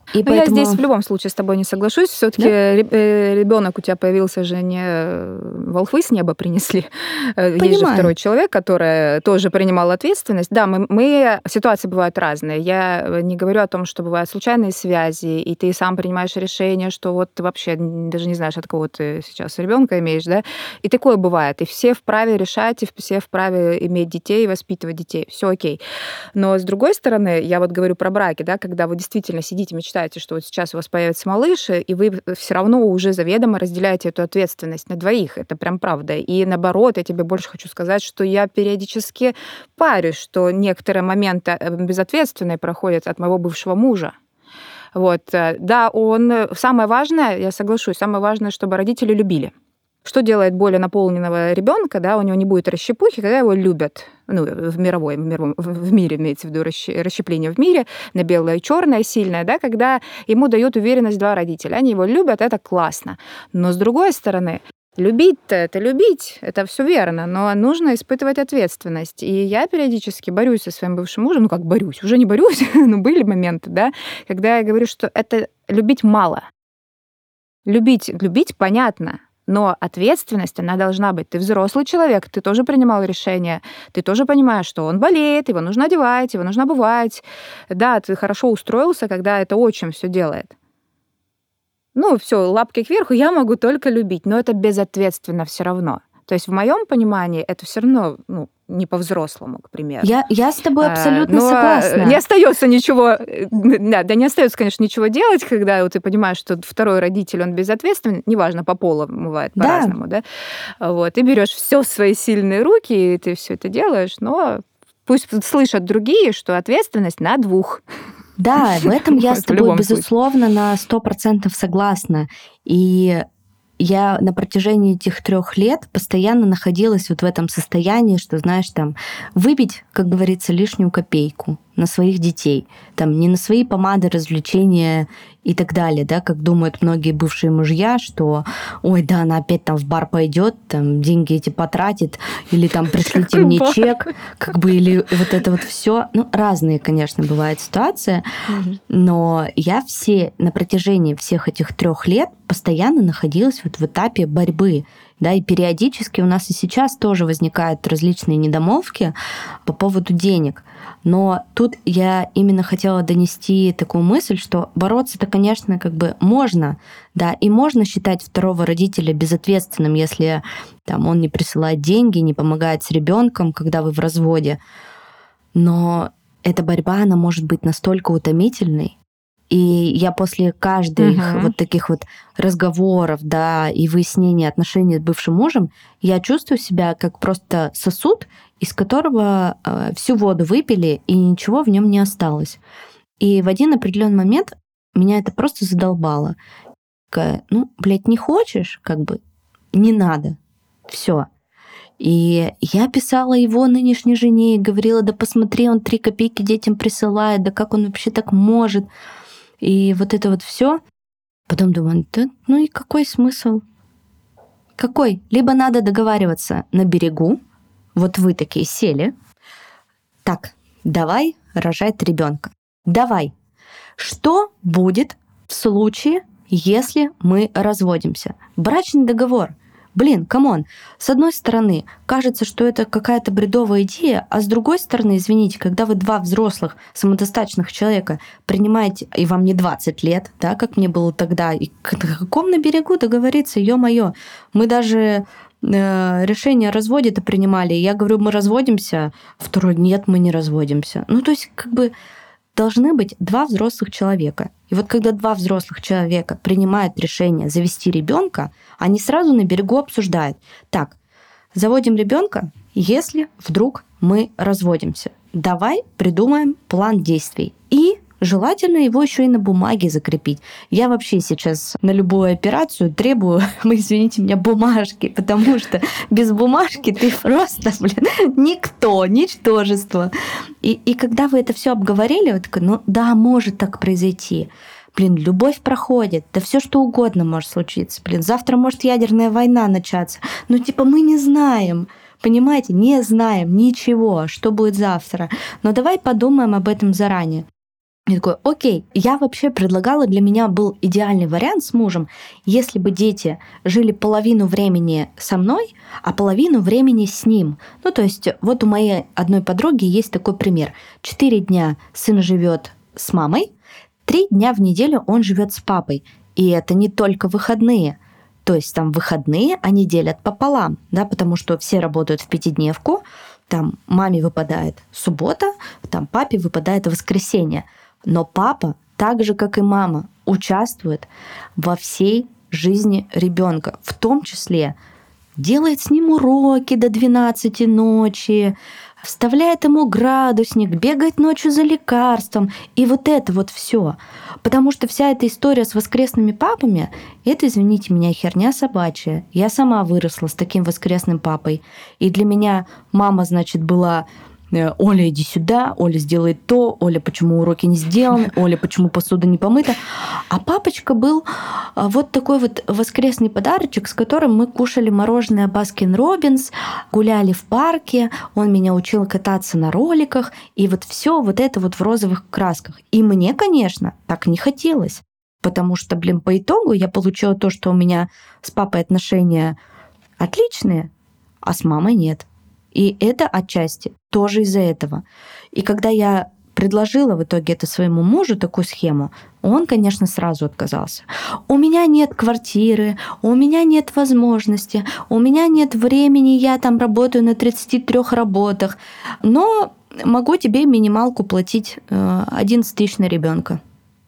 И Но поэтому... я здесь в любом случае с тобой не соглашусь. Все-таки ребенок у тебя появился же не волхвы с неба принесли. Есть же второй человек, который тоже принимал ответственность. Да, ситуации бывают разные. Я не говорю о том, что бывают случайные связи, и ты сам принимаешь решение, что вот ты вообще даже не знаешь, от кого ты сейчас ребенка имеешь, да. И такое бывает. И все вправе решать, и все вправе иметь детей, воспитывать детей. Все окей. Но с другой стороны, я вот говорю про браки, да, когда вы действительно сидите, мечтаете, что вот сейчас у вас появится малыш, и вы все равно уже заведомо разделяете эту ответственность на двоих. Это прям правда. И наоборот, я тебе больше хочу сказать, что я периодически парюсь, что некоторые моменты безответственные проходят от моего бывшего мужа. Вот. Да, самое важное, я соглашусь, самое важное, чтобы родители любили. Что делает более наполненного ребенка, да, у него не будет расщепухи, когда его любят. Ну, в мире имеется в виду расщепление в мире на белое и черное сильное, да, когда ему дают уверенность два родителя. Они его любят, это классно. Но с другой стороны, любить-то это любить, это все верно, но нужно испытывать ответственность. И я периодически борюсь со своим бывшим мужем, ну как борюсь, уже не борюсь, но были моменты, да, когда я говорю, что это любить мало. Любить понятно, но ответственность, она должна быть. Ты взрослый человек, ты тоже принимал решение, ты тоже понимаешь, что он болеет, его нужно одевать, его нужно обувать. Да, ты хорошо устроился, когда это отчим все делает. Ну, все, лапки кверху, я могу только любить, но это безответственно все равно. То есть в моем понимании это все равно, не по-взрослому, к примеру. Я с тобой абсолютно согласна. Не остается ничего, не остается, конечно, ничего делать, когда ты понимаешь, что второй родитель, он безответственен, неважно, по полу бывает по-разному, да? Вот, ты берешь все в свои сильные руки, и ты все это делаешь, но пусть слышат другие, что ответственность на двух. Да, в этом я с тобой, безусловно, на 100% согласна. И я на протяжении этих 3 лет постоянно находилась вот в этом состоянии, что, знаешь, там, выбить, как говорится, лишнюю копейку на своих детей. Там, не на свои помады, развлечения и так далее, да, как думают многие бывшие мужья, что, ой, да, она опять там в бар пойдет, там, деньги эти потратит, или там, пришлите мне чек, как бы, или вот это вот все. Ну, разные, конечно, бывают ситуации, но я на протяжении всех этих 3 лет постоянно находилась вот в этапе борьбы. Да, и периодически у нас и сейчас тоже возникают различные недомолвки по поводу денег. Но тут я именно хотела донести такую мысль, что бороться-то, конечно, как бы можно, да, и можно считать второго родителя безответственным, если там, он не присылает деньги, не помогает с ребенком, когда вы в разводе. Но эта борьба, она может быть настолько утомительной. И я после каждых вот таких вот разговоров, да, и выяснения отношений с бывшим мужем, я чувствую себя как просто сосуд, из которого всю воду выпили, и ничего в нем не осталось. И в один определенный момент меня это просто задолбало. Не хочешь, как бы, не надо. Все. И я писала его нынешней жене и говорила, да посмотри, он 3 копейки детям присылает, да как он вообще так может? И вот это вот все. Потом думаю, и какой смысл? Какой? Либо надо договариваться на берегу. Вот вы такие сели. Так, давай рожать ребенка. Давай. Что будет в случае, если мы разводимся? Брачный договор. Блин, камон. С одной стороны, кажется, что это какая-то бредовая идея, а с другой стороны, извините, когда вы 2 взрослых, самодостаточных человека принимаете, и вам не 20 лет, да, как мне было тогда, и на каком на берегу договориться, ё-моё. Мы даже решение о разводе-то принимали. Я говорю, мы разводимся. Второй, нет, мы не разводимся. То есть, как бы, должны быть 2 взрослых человека. И вот когда 2 взрослых человека принимают решение завести ребенка, они сразу на берегу обсуждают. Так, заводим ребенка, если вдруг мы разводимся. Давай придумаем план действий. И желательно его еще и на бумаге закрепить. Я вообще сейчас на любую операцию требую, извините меня, бумажки, потому что без бумажки ты просто, никто, ничтожество. И когда вы это все обговорили, вы такой, да, может так произойти. Любовь проходит, да все что угодно может случиться. Завтра может ядерная война начаться. Мы не знаем. Понимаете, не знаем ничего, что будет завтра. Но давай подумаем об этом заранее. Я такой, окей, я вообще предлагала, для меня был идеальный вариант с мужем, если бы дети жили половину времени со мной, а половину времени с ним. Ну, то есть вот у моей одной подруги есть такой пример. 4 дня сын живет с мамой, 3 дня в неделю он живет с папой. И это не только выходные. То есть там выходные они делят пополам, да, потому что все работают в пятидневку, там маме выпадает суббота, там папе выпадает воскресенье. Но папа, так же как и мама, участвует во всей жизни ребенка, в том числе делает с ним уроки до 12 ночи, вставляет ему градусник, бегает ночью за лекарством. И вот это вот все. Потому что вся эта история с воскресными папами, это, извините меня, херня собачья. Я сама выросла с таким воскресным папой. И для меня мама, значит, была: Оля, иди сюда, Оля сделает то, Оля, почему уроки не сделаны, Оля, почему посуда не помыта. А папочка был вот такой вот воскресный подарочек, с которым мы кушали мороженое Баскин Роббинс, гуляли в парке, он меня учил кататься на роликах, и вот все вот это вот в розовых красках. И мне, конечно, так не хотелось, потому что, по итогу я получила то, что у меня с папой отношения отличные, а с мамой нет. И это отчасти тоже из-за этого. И когда я предложила в итоге это своему мужу, такую схему, он, конечно, сразу отказался. У меня нет квартиры, у меня нет возможности, у меня нет времени, я там работаю на 33 работах, но могу тебе минималку платить 11 тысяч на ребенка.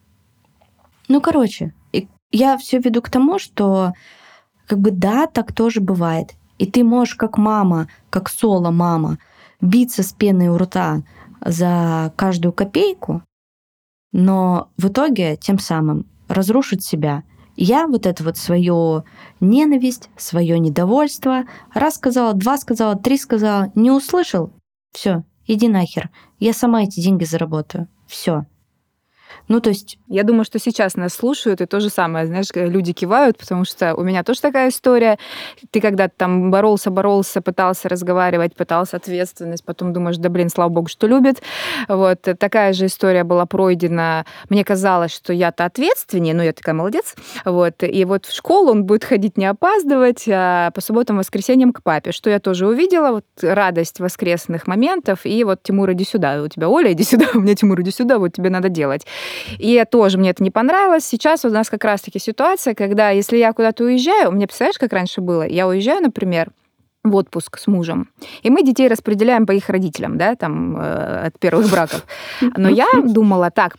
Ну, короче, я все веду к тому, что да, так тоже бывает. И ты можешь как мама, как соло-мама, биться с пеной у рта за каждую копейку, но в итоге тем самым разрушить себя. Я вот это вот свою ненависть, свое недовольство, раз сказала, 2 сказала, 3 сказала, не услышал, все, иди нахер. Я сама эти деньги заработаю. Все. Ну, то есть... Я думаю, что сейчас нас слушают, и то же самое, знаешь, люди кивают, потому что у меня тоже такая история. Ты когда-то там боролся, пытался разговаривать, пытался ответственность, потом думаешь, да блин, слава богу, что любит. Вот такая же история была пройдена. Мне казалось, что я-то ответственнее, но я такая молодец. Вот. И вот в школу он будет ходить не опаздывать, а по субботам, воскресеньям к папе, что я тоже увидела, вот радость воскресных моментов, и вот Тимур, иди сюда, у тебя Оля, иди сюда, у меня Тимур, иди сюда, вот тебе надо делать. И тоже мне это не понравилось. Сейчас у нас как раз-таки ситуация, когда если я куда-то уезжаю, у меня, представляешь, как раньше было? Я уезжаю, например, в отпуск с мужем, и мы детей распределяем по их родителям, да, там, от первых браков. Но я думала, так,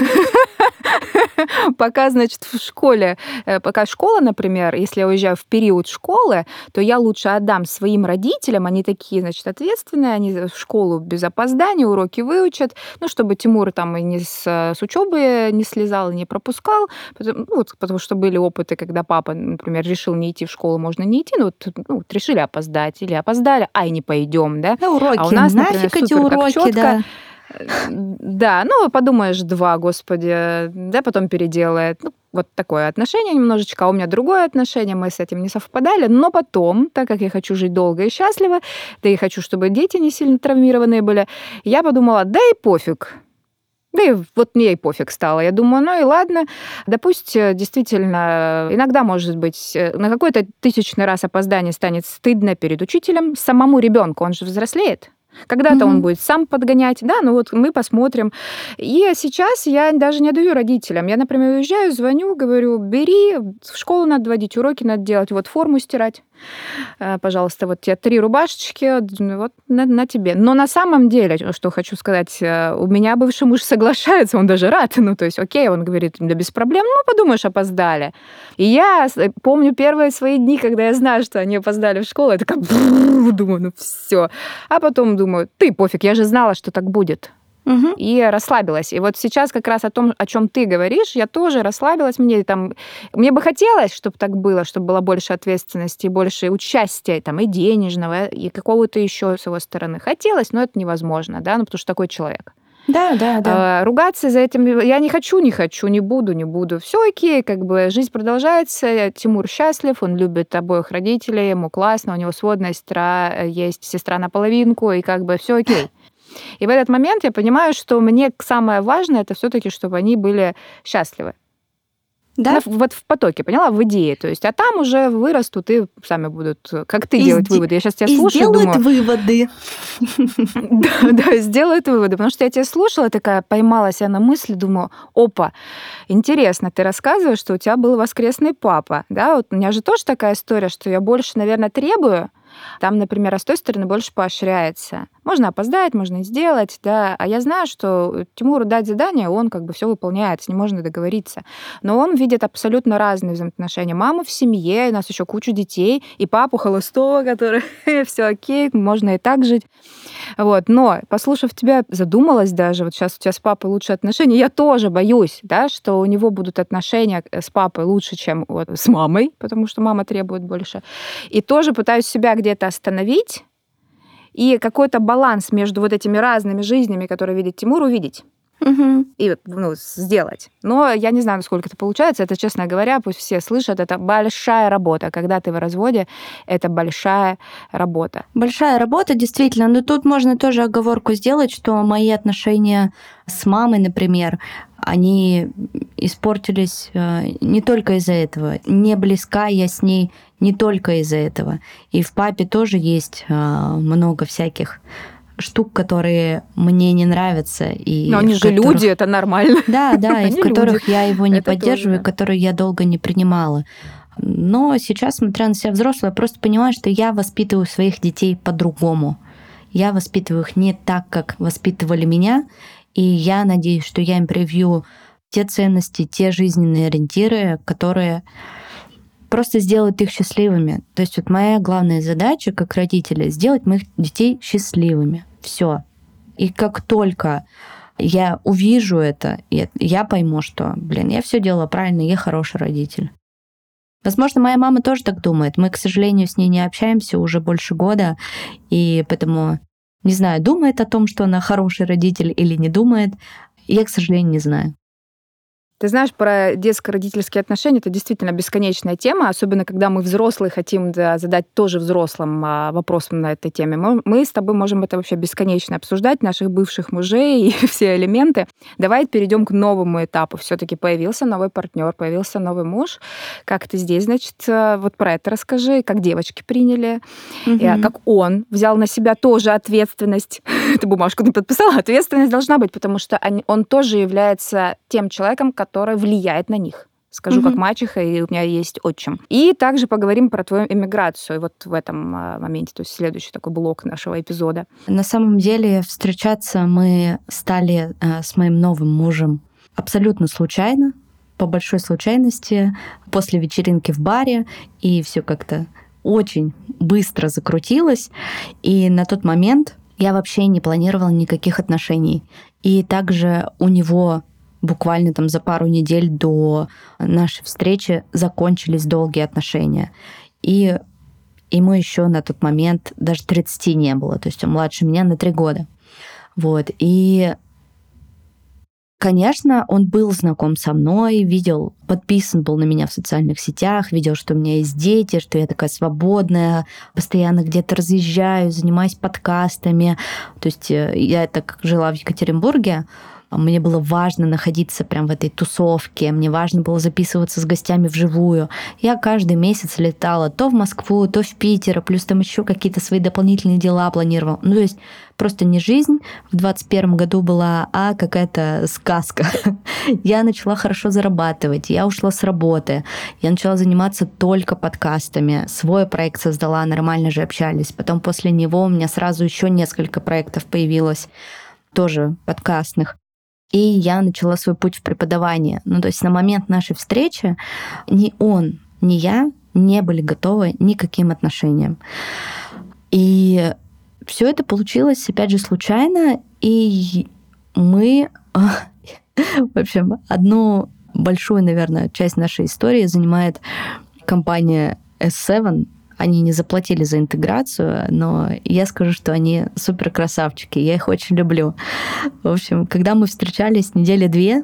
пока, значит, в школе, пока школа, например, если я уезжаю в период школы, то я лучше отдам своим родителям, они такие, значит, ответственные, они в школу без опоздания, уроки выучат, ну, чтобы Тимур там и не с учебы не слезал, и не пропускал, потому что были опыты, когда папа, например, решил не идти в школу, можно не идти, но вот решили опоздать или опоздали, ай, не пойдем, да? Уроки, а у нас, например, нафиг эти супер уроки, чётко. да. Да, подумаешь, 2, господи, да, потом переделает. Вот такое отношение немножечко, а у меня другое отношение, мы с этим не совпадали, но потом, так как я хочу жить долго и счастливо, да и хочу, чтобы дети не сильно травмированные были, я подумала, да и пофиг. Да и вот мне и пофиг стало. Я думаю, ну и ладно, да пусть действительно, иногда, может быть, на какой-то 1000-й раз опоздание станет стыдно перед учителем, самому ребенку, он же взрослеет. Когда-то он будет сам подгонять, да, мы посмотрим. И сейчас я даже не даю родителям. Я, например, уезжаю, звоню, говорю, бери, в школу надо водить, уроки надо делать, вот форму стирать. Пожалуйста, вот тебе 3 рубашечки, вот на тебе. Но на самом деле, что хочу сказать, у меня бывший муж соглашается, он даже рад. То есть, окей, он говорит, да без проблем, подумаешь, опоздали. И я помню первые свои дни, когда я знаю, что они опоздали в школу, я такая, думаю, все. А потом думаю, ты пофиг, я же знала, что так будет. И расслабилась. И вот сейчас как раз о том, о чем ты говоришь, я тоже расслабилась. Мне бы хотелось, чтобы так было, чтобы было больше ответственности, больше участия там, и денежного, и какого-то еще с его стороны. Хотелось, но это невозможно, да, потому что такой человек. Да. Ругаться за этим я не хочу, не буду. Все окей, жизнь продолжается, Тимур счастлив, он любит обоих родителей, ему классно, у него сводная сестра, есть сестра наполовинку, и все окей. И в этот момент я понимаю, что мне самое важное, это все-таки, чтобы они были счастливы. Да? Вот в потоке, поняла, в идее. То есть, а там уже вырастут и сами будут, как ты, делать выводы. Я сейчас тебя слушаю, сделают думаю... выводы. Да, сделают выводы. Потому что я тебя слушала, такая поймала себя на мысли, думаю, опа, интересно, ты рассказываешь, что у тебя был воскресный папа. Да, вот у меня же тоже такая история, что я больше, наверное, требую. Там, например, а с той стороны больше поощряется. Можно опоздать, можно и сделать, да. А я знаю, что Тимуру дать задание, он как бы все выполняет, с ним можно договориться. Но он видит абсолютно разные взаимоотношения. Мама в семье, у нас еще куча детей, и папу холостого, который все окей, можно и так жить. Вот. Но, послушав тебя, задумалась даже, вот сейчас у тебя с папой лучшие отношения, я тоже боюсь, да, что у него будут отношения с папой лучше, чем вот с мамой, потому что мама требует больше. И тоже пытаюсь себя где-то остановить и какой-то баланс между вот этими разными жизнями, которые видит Тимур, увидеть. И сделать. Но я не знаю, насколько это получается. Это, честно говоря, пусть все слышат, это большая работа. Когда ты в разводе, это большая работа. Большая работа, действительно. Но тут можно тоже оговорку сделать, что мои отношения с мамой, например, они испортились не только из-за этого. Не близка я с ней не только из-за этого. И в папе тоже есть много всяких штук, которые мне не нравятся. Но они же люди, это нормально. Да, и в которых я его не поддерживаю, которые я долго не принимала. Но сейчас, смотря на себя взрослая, я просто понимаю, что я воспитываю своих детей по-другому. Я воспитываю их не так, как воспитывали меня, и я надеюсь, что я им привью те ценности, те жизненные ориентиры, которые просто сделают их счастливыми. То есть вот моя главная задача как родителя — сделать моих детей счастливыми. Все. И как только я увижу это, я пойму, что, я все делала правильно, я хороший родитель. Возможно, моя мама тоже так думает. Мы, к сожалению, с ней не общаемся уже больше года, и поэтому, не знаю, думает о том, что она хороший родитель или не думает. Я, к сожалению, не знаю. Ты знаешь, про детско-родительские отношения это действительно бесконечная тема, особенно когда мы взрослые хотим задать тоже взрослым вопрос на этой теме. Мы с тобой можем это вообще бесконечно обсуждать, наших бывших мужей и все элементы. Давай перейдем к новому этапу. Все-таки появился новый партнер, появился новый муж. Как ты здесь, значит, вот про это расскажи, как девочки приняли, как он взял на себя тоже ответственность. Ты бумажку не подписала, ответственность должна быть, потому что он тоже является тем человеком, который влияет на них. Скажу как мачеха, и у меня есть отчим. И также поговорим про твою эмиграцию вот в этом моменте, то есть следующий такой блок нашего эпизода. На самом деле встречаться мы стали с моим новым мужем абсолютно случайно, по большой случайности, после вечеринки в баре, и все как-то очень быстро закрутилось. И на тот момент я вообще не планировала никаких отношений. И также у него буквально там за пару недель до нашей встречи закончились долгие отношения. И ему еще на тот момент даже 30 не было. То есть он младше меня на 3 года. Вот. И, конечно, он был знаком со мной, подписан был на меня в социальных сетях, видел, что у меня есть дети, что я такая свободная, постоянно где-то разъезжаю, занимаюсь подкастами. То есть я так жила в Екатеринбурге, мне было важно находиться прям в этой тусовке, мне важно было записываться с гостями вживую. Я каждый месяц летала то в Москву, то в Питер, плюс там еще какие-то свои дополнительные дела планировала. То есть просто не жизнь в 2021 году была, а какая-то сказка. Я начала хорошо зарабатывать, я ушла с работы, я начала заниматься только подкастами, свой проект создала, нормально же общались. Потом после него у меня сразу еще несколько проектов появилось, тоже подкастных. И я начала свой путь в преподавании. То есть на момент нашей встречи ни он, ни я не были готовы ни к каким отношениям. И все это получилось, опять же, случайно. И мы, в общем, одну большую, наверное, часть нашей истории занимает компания S7. Они не заплатили за интеграцию, но я скажу, что они супер красавчики. Я их очень люблю. В общем, когда мы встречались 2 недели,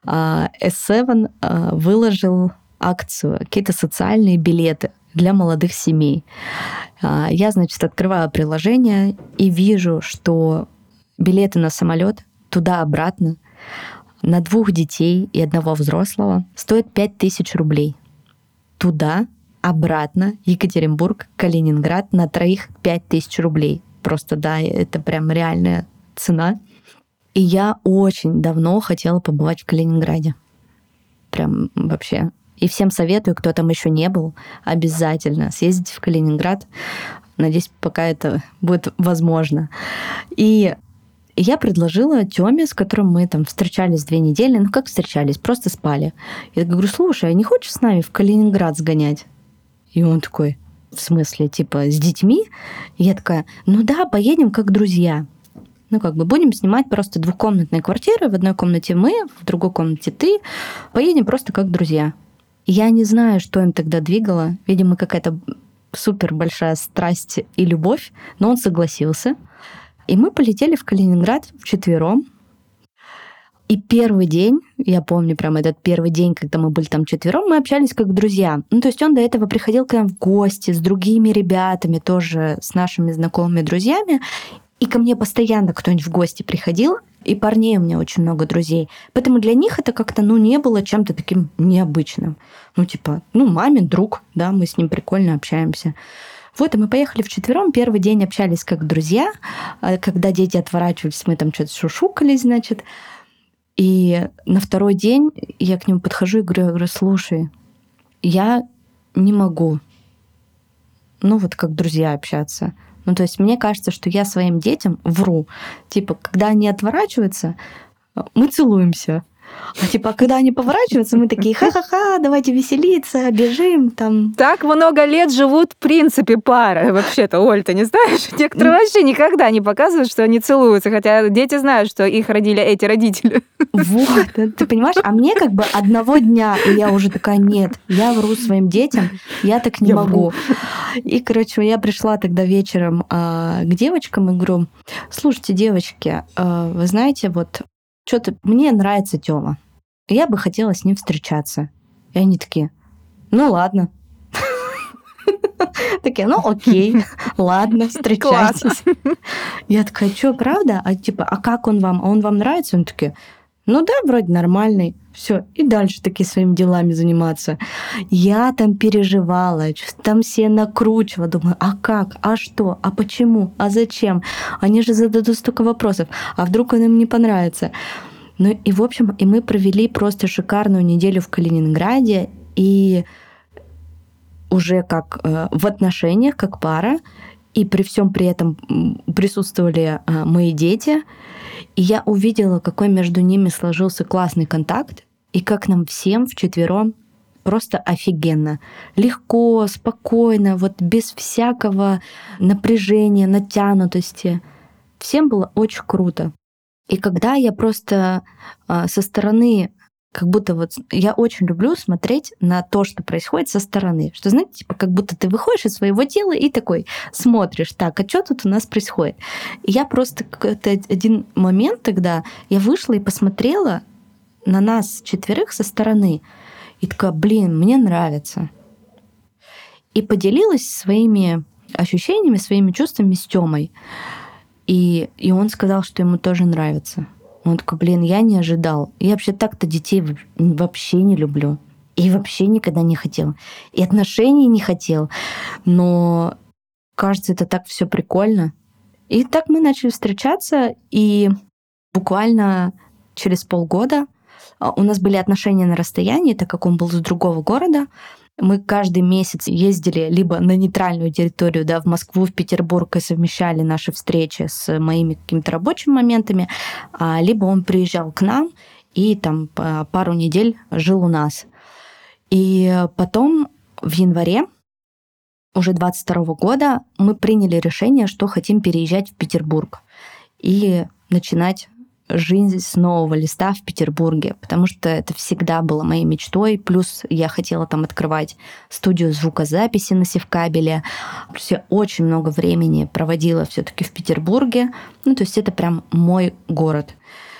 S7 выложил акцию, какие-то социальные билеты для молодых семей. Я, значит, открываю приложение и вижу, что билеты на самолет туда-обратно на 2 детей и 1 взрослого стоят 5000 рублей. Туда, обратно, Екатеринбург, Калининград на 3 5000 рублей. Просто, да, это прям реальная цена. И я очень давно хотела побывать в Калининграде. Прям вообще. И всем советую, кто там еще не был, обязательно съездите в Калининград. Надеюсь, пока это будет возможно. И я предложила Тёме, с которым мы там встречались 2 недели. Ну, как встречались? Просто спали. Я говорю, слушай, а не хочешь с нами в Калининград сгонять? И он такой, в смысле, типа, с детьми? И я такая, ну да, поедем как друзья. Ну, как бы будем снимать просто 2-комнатные квартиры. В одной комнате мы, в другой комнате ты. Поедем просто как друзья. Я не знаю, что им тогда двигало. Видимо, какая-то супер большая страсть и любовь. Но он согласился. И мы полетели в Калининград вчетвером. И первый день, я помню прям этот первый день, когда мы были там вчетвером, мы общались как друзья. Ну, то есть он до этого приходил к нам в гости с другими ребятами, тоже с нашими знакомыми друзьями. И ко мне постоянно кто-нибудь в гости приходил, и парней у меня очень много друзей. Поэтому для них это как-то, не было чем-то таким необычным. Мамин друг, да, мы с ним прикольно общаемся. Вот, и мы поехали вчетвером. Первый день общались как друзья. Когда дети отворачивались, мы там что-то шушукались, значит. И на второй день я к нему подхожу и говорю, слушай, я не могу, как друзья общаться. То есть мне кажется, что я своим детям вру. Когда они отворачиваются, мы целуемся. А когда они поворачиваются, мы такие, ха-ха-ха, давайте веселиться, бежим там. Так много лет живут, в принципе, пары. Вообще-то, Оль, ты не знаешь? Некоторые вообще никогда не показывают, что они целуются, хотя дети знают, что их родили эти родители. Вот, ты понимаешь? А мне одного дня, и я уже такая, нет, я вру своим детям, я так не могу. И, я пришла тогда вечером к девочкам и говорю, слушайте, девочки, вы знаете, что-то мне нравится Тёма. Я бы хотела с ним встречаться. И они такие, ладно. Такие, окей, ладно, встречайтесь. Я такая, что, правда? А как он вам? А он вам нравится? Он такие, да, вроде нормальный. Все, и дальше такие своими делами заниматься. Я там переживала, там все накручивала, думаю, а как, а что, а почему, а зачем? Они же зададут столько вопросов, а вдруг он им не понравится? В общем, мы провели просто шикарную неделю в Калининграде, и уже как в отношениях, как пара, и при всем при этом присутствовали мои дети, и я увидела, какой между ними сложился классный контакт, и как нам всем вчетвером просто офигенно. Легко, спокойно, без всякого напряжения, натянутости. Всем было очень круто. И когда я просто со стороны, как будто я очень люблю смотреть на то, что происходит со стороны. Что, знаете, как будто ты выходишь из своего тела и такой смотришь, так, а что тут у нас происходит? И я просто какой-то один момент тогда, я вышла и посмотрела на нас 4 со стороны. И такая, мне нравится. И поделилась своими ощущениями, своими чувствами с Тёмой. И он сказал, что ему тоже нравится. Он такой, я не ожидал. Я вообще так-то детей вообще не люблю. И вообще никогда не хотел. И отношений не хотел. Но, кажется, это так все прикольно. И так мы начали встречаться. И буквально через полгода у нас были отношения на расстоянии, так как он был из другого города. Мы каждый месяц ездили либо на нейтральную территорию, да, в Москву, в Петербург, и совмещали наши встречи с моими какими-то рабочими моментами, либо он приезжал к нам и там пару недель жил у нас. И потом в январе уже 22 года мы приняли решение, что хотим переезжать в Петербург и начинать жизнь с нового листа в Петербурге, потому что это всегда было моей мечтой. Плюс я хотела там открывать студию звукозаписи на Севкабеле. Плюс я очень много времени проводила все-таки в Петербурге. То есть это прям мой город.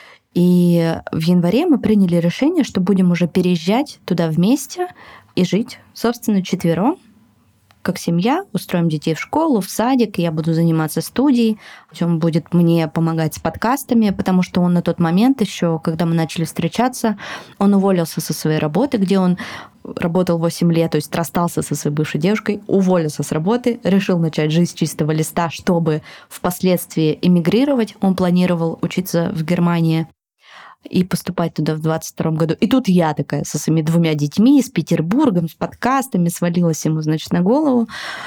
И в январе мы приняли решение, что будем уже переезжать туда вместе и жить, собственно, 4. как семья, устроим детей в школу, в садик, я буду заниматься студией, он будет мне помогать с подкастами, потому что он на тот момент еще, когда мы начали встречаться, он уволился со своей работы, где он работал 8 лет, то есть расстался со своей бывшей девушкой, уволился с работы, решил начать жизнь с чистого листа, чтобы впоследствии эмигрировать. Он планировал учиться в Германии и поступать туда в 22 году. И тут я такая со своими 2 детьми, с Петербургом, с подкастами, свалилась ему, значит, на голову.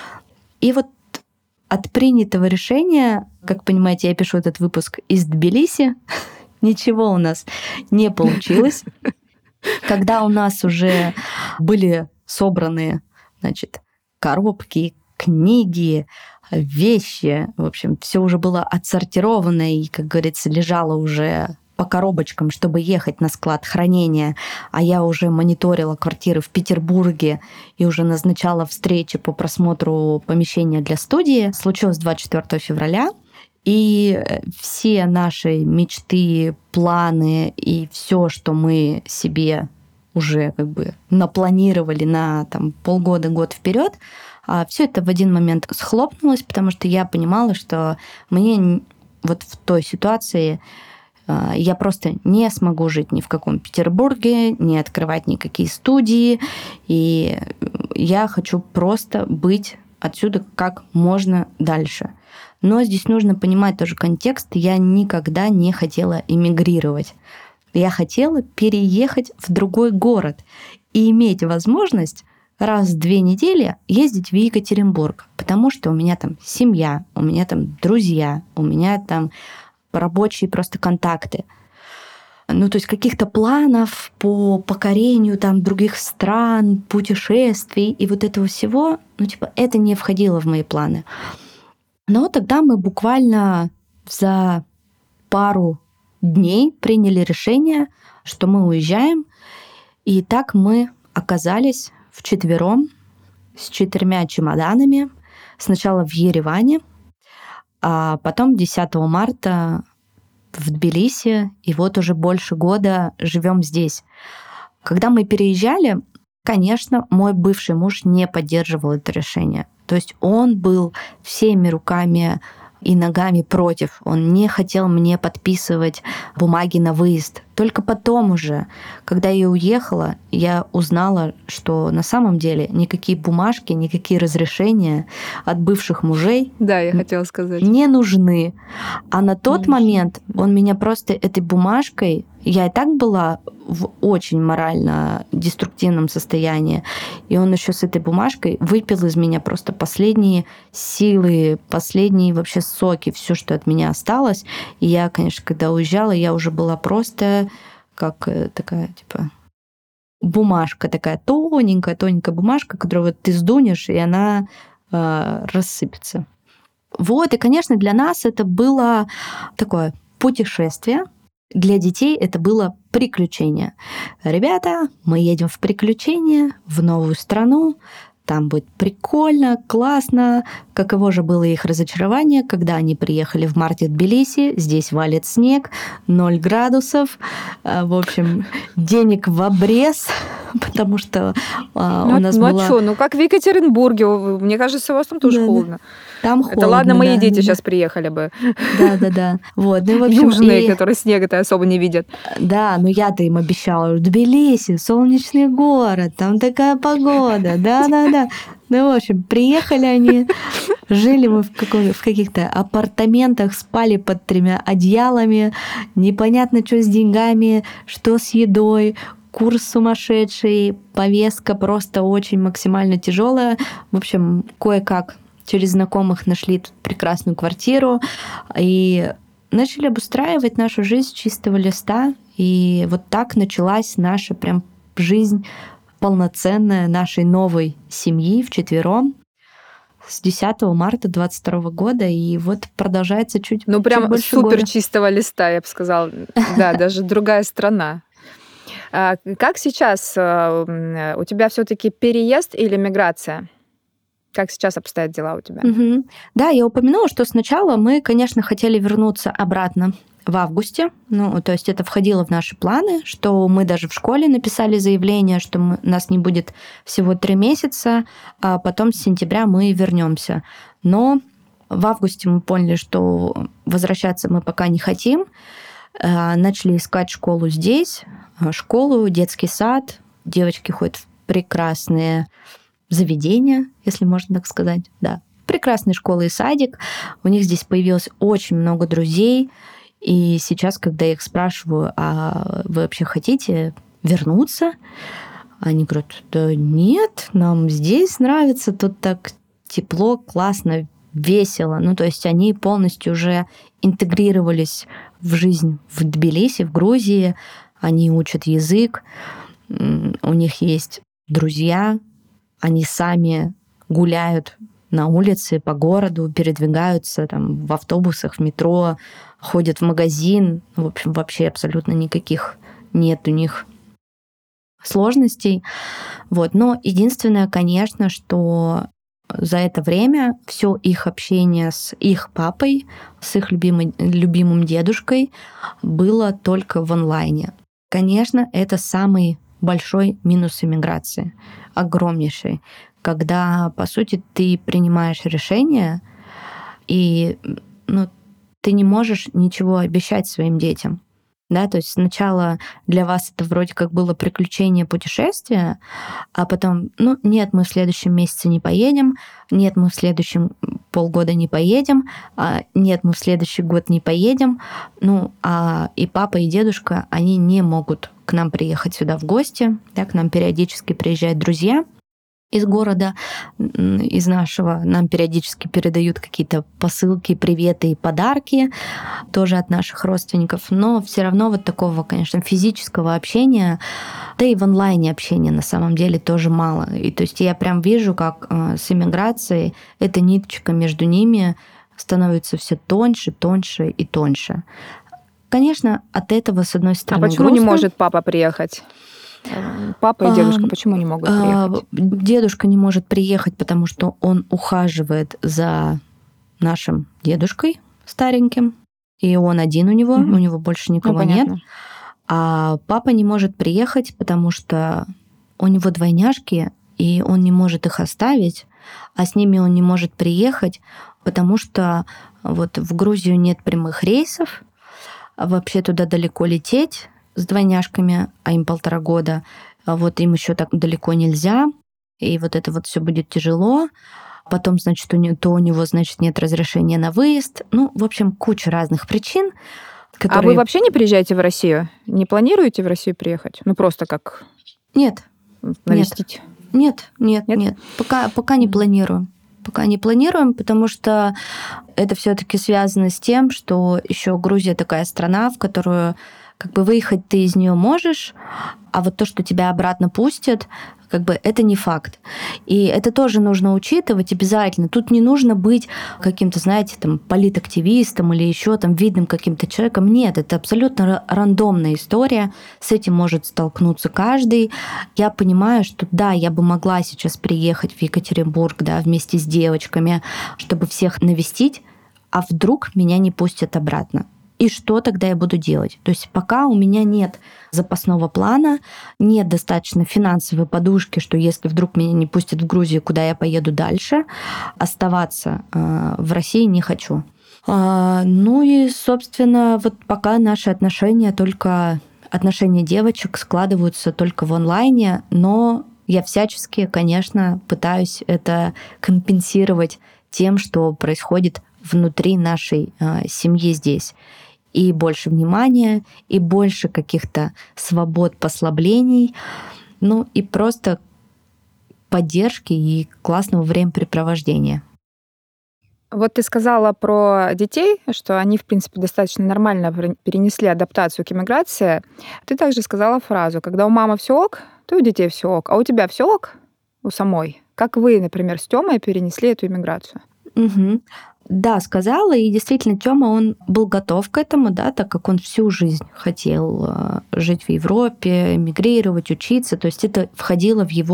И вот от принятого решения, как понимаете, я пишу этот выпуск из Тбилиси, ничего у нас не получилось. Когда у нас уже были собраны, значит, коробки, книги, вещи, в общем, все уже было отсортировано и, как говорится, лежало уже по коробочкам, чтобы ехать на склад хранения, а я уже мониторила квартиры в Петербурге и уже назначала встречи по просмотру помещения для студии. Случилось 24 февраля, и все наши мечты, планы и все, что мы себе уже как бы напланировали на полгода, год вперед, все это в один момент схлопнулось, потому что я понимала, что мне вот в той ситуации я просто не смогу жить ни в каком Петербурге, не открывать никакие студии, и я хочу просто быть отсюда как можно дальше. Но здесь нужно понимать тоже контекст. Я никогда не хотела эмигрировать. Я хотела переехать в другой город и иметь возможность раз в 2 недели ездить в Екатеринбург, потому что у меня там семья, у меня там друзья, у меня там рабочие просто контакты. То есть каких-то планов по покорению других стран, путешествий и вот этого всего, это не входило в мои планы. Но тогда мы буквально за пару дней приняли решение, что мы уезжаем. И так мы оказались вчетвером с 4 чемоданами. Сначала в Ереване, а потом 10 марта в Тбилиси. И вот уже больше года живем здесь. Когда мы переезжали, конечно, мой бывший муж не поддерживал это решение. То есть он был всеми руками и ногами против. Он не хотел мне подписывать бумаги на выезд. Только потом уже, когда я уехала, я узнала, что на самом деле никакие бумажки, никакие разрешения от бывших мужей я хотела сказать, не нужны. А на тот момент он меня просто этой бумажкой... Я и так была в очень морально деструктивном состоянии. И он еще с этой бумажкой выпил из меня просто последние силы, последние вообще соки, все, что от меня осталось. И я, конечно, когда уезжала, я уже была просто как такая, бумажка, такая тоненькая бумажка, которую вот ты сдунешь, и она рассыпется. Вот, и, конечно, для нас это было такое путешествие. Для детей это было приключение. Ребята, мы едем в приключение, в новую страну. Там будет прикольно, классно. Каково же было их разочарование, когда они приехали в марте в Тбилиси. Здесь валит снег, 0 градусов. В общем, денег в обрез, потому что у нас была... как в Екатеринбурге. Мне кажется, у вас там тоже холодно. Там холодно. Это ладно, мои дети сейчас приехали бы. Да. Вот. Ну, в общем, южные, которые снега-то особо не видят. Да, но я-то им обещала, Тбилиси, солнечный город, там такая погода, да. Ну, в общем, приехали они, жили мы в каких-то апартаментах, спали под 3 одеялами, непонятно, что с деньгами, что с едой, курс сумасшедший, повестка просто очень максимально тяжелая. В общем, кое-как через знакомых нашли тут прекрасную квартиру и начали обустраивать нашу жизнь с чистого листа. И вот так началась наша прям жизнь полноценная нашей новой семьи вчетвером с 10 марта 2022 года. И вот продолжается чуть прям больше супер года. Чистого листа, я бы сказала. Да, даже другая страна. Как сейчас? У тебя все-таки переезд или миграция? Как сейчас обстоят дела у тебя? Да, я упомянула, что сначала мы, конечно, хотели вернуться обратно в августе. Ну, то есть это входило в наши планы, что мы даже в школе написали заявление, что нас не будет всего 3 месяца, а потом с сентября мы вернемся. Но в августе мы поняли, что возвращаться мы пока не хотим. Начали искать школу здесь, школу, детский сад. Девочки ходят в прекрасные заведения, если можно так сказать. Да, прекрасные школы и садик. У них здесь появилось очень много друзей. И сейчас, когда я их спрашиваю, а вы вообще хотите вернуться? Они говорят, да нет, нам здесь нравится, тут так тепло, классно, весело. Ну, то есть они полностью уже интегрировались в жизнь в Тбилиси, в Грузии. Они учат язык, у них есть друзья, они сами гуляют на улице, по городу, передвигаются там, в автобусах, в метро, ходят в магазин. В общем, вообще абсолютно никаких нет у них сложностей. Вот. Но единственное, конечно, что за это время все их общение с их папой, с их любимым дедушкой было только в онлайне. Конечно, это самый большой минус иммиграции, огромнейший, когда, по сути, ты принимаешь решение, и ты не можешь ничего обещать своим детям. Да, то есть сначала для вас это вроде как было приключение, путешествие, а потом, нет, мы в следующем месяце не поедем, нет, мы в следующем полгода не поедем, нет, мы в следующий год не поедем. И папа, и дедушка, они не могут к нам приехать сюда в гости, да, к нам периодически приезжают друзья из города, из нашего. Нам периодически передают какие-то посылки, приветы и подарки тоже от наших родственников. Но все равно вот такого, конечно, физического общения, да и в онлайне общения на самом деле тоже мало. И то есть я прям вижу, как с иммиграцией эта ниточка между ними становится все тоньше, тоньше и тоньше. Конечно, от этого, с одной стороны, почему грустно. Не может папа приехать? Папа и дедушка почему не могут приехать? Дедушка не может приехать, потому что он ухаживает за нашим дедушкой стареньким, и он один у него больше никого нет. А папа не может приехать, потому что у него двойняшки, и он не может их оставить, а с ними он не может приехать, потому что вот в Грузию нет прямых рейсов, вообще туда далеко лететь с двойняшками, а им 1,5 года. Вот им еще так далеко нельзя. И вот это вот все будет тяжело. Потом, значит, у него, значит, нет разрешения на выезд. В общем, куча разных причин, которые... А вы вообще не приезжаете в Россию? Не планируете в Россию приехать? Просто как... Нет. Навестить? Нет. Пока не планирую. Пока не планируем, потому что это все-таки связано с тем, что еще Грузия такая страна, в которую как бы выехать ты из нее можешь, а вот то, что тебя обратно пустят, как бы это не факт. И это тоже нужно учитывать обязательно. Тут не нужно быть каким-то, знаете, там, политактивистом или еще там видным каким-то человеком. Нет, это абсолютно рандомная история. С этим может столкнуться каждый. Я понимаю, что да, я бы могла сейчас приехать в Екатеринбург, да, вместе с девочками, чтобы всех навестить, а вдруг меня не пустят обратно. И что тогда я буду делать? То есть пока у меня нет запасного плана, нет достаточно финансовой подушки, что если вдруг меня не пустят в Грузию, куда я поеду дальше, оставаться в России не хочу. И, собственно, вот пока наши отношения девочек складываются только в онлайне, но я всячески, конечно, пытаюсь это компенсировать тем, что происходит внутри нашей семьи здесь. И больше внимания, и больше каких-то свобод, послаблений, и просто поддержки и классного времяпрепровождения. Вот ты сказала про детей, что они, в принципе, достаточно нормально перенесли адаптацию к иммиграции. Ты также сказала фразу: когда у мамы все ок, то у детей все ок. А у тебя все ок? У самой? Как вы, например, с Тёмой перенесли эту иммиграцию? Угу. Да, сказала, и действительно Тёма, он был готов к этому, да, так как он всю жизнь хотел жить в Европе, эмигрировать, учиться, то есть это входило в его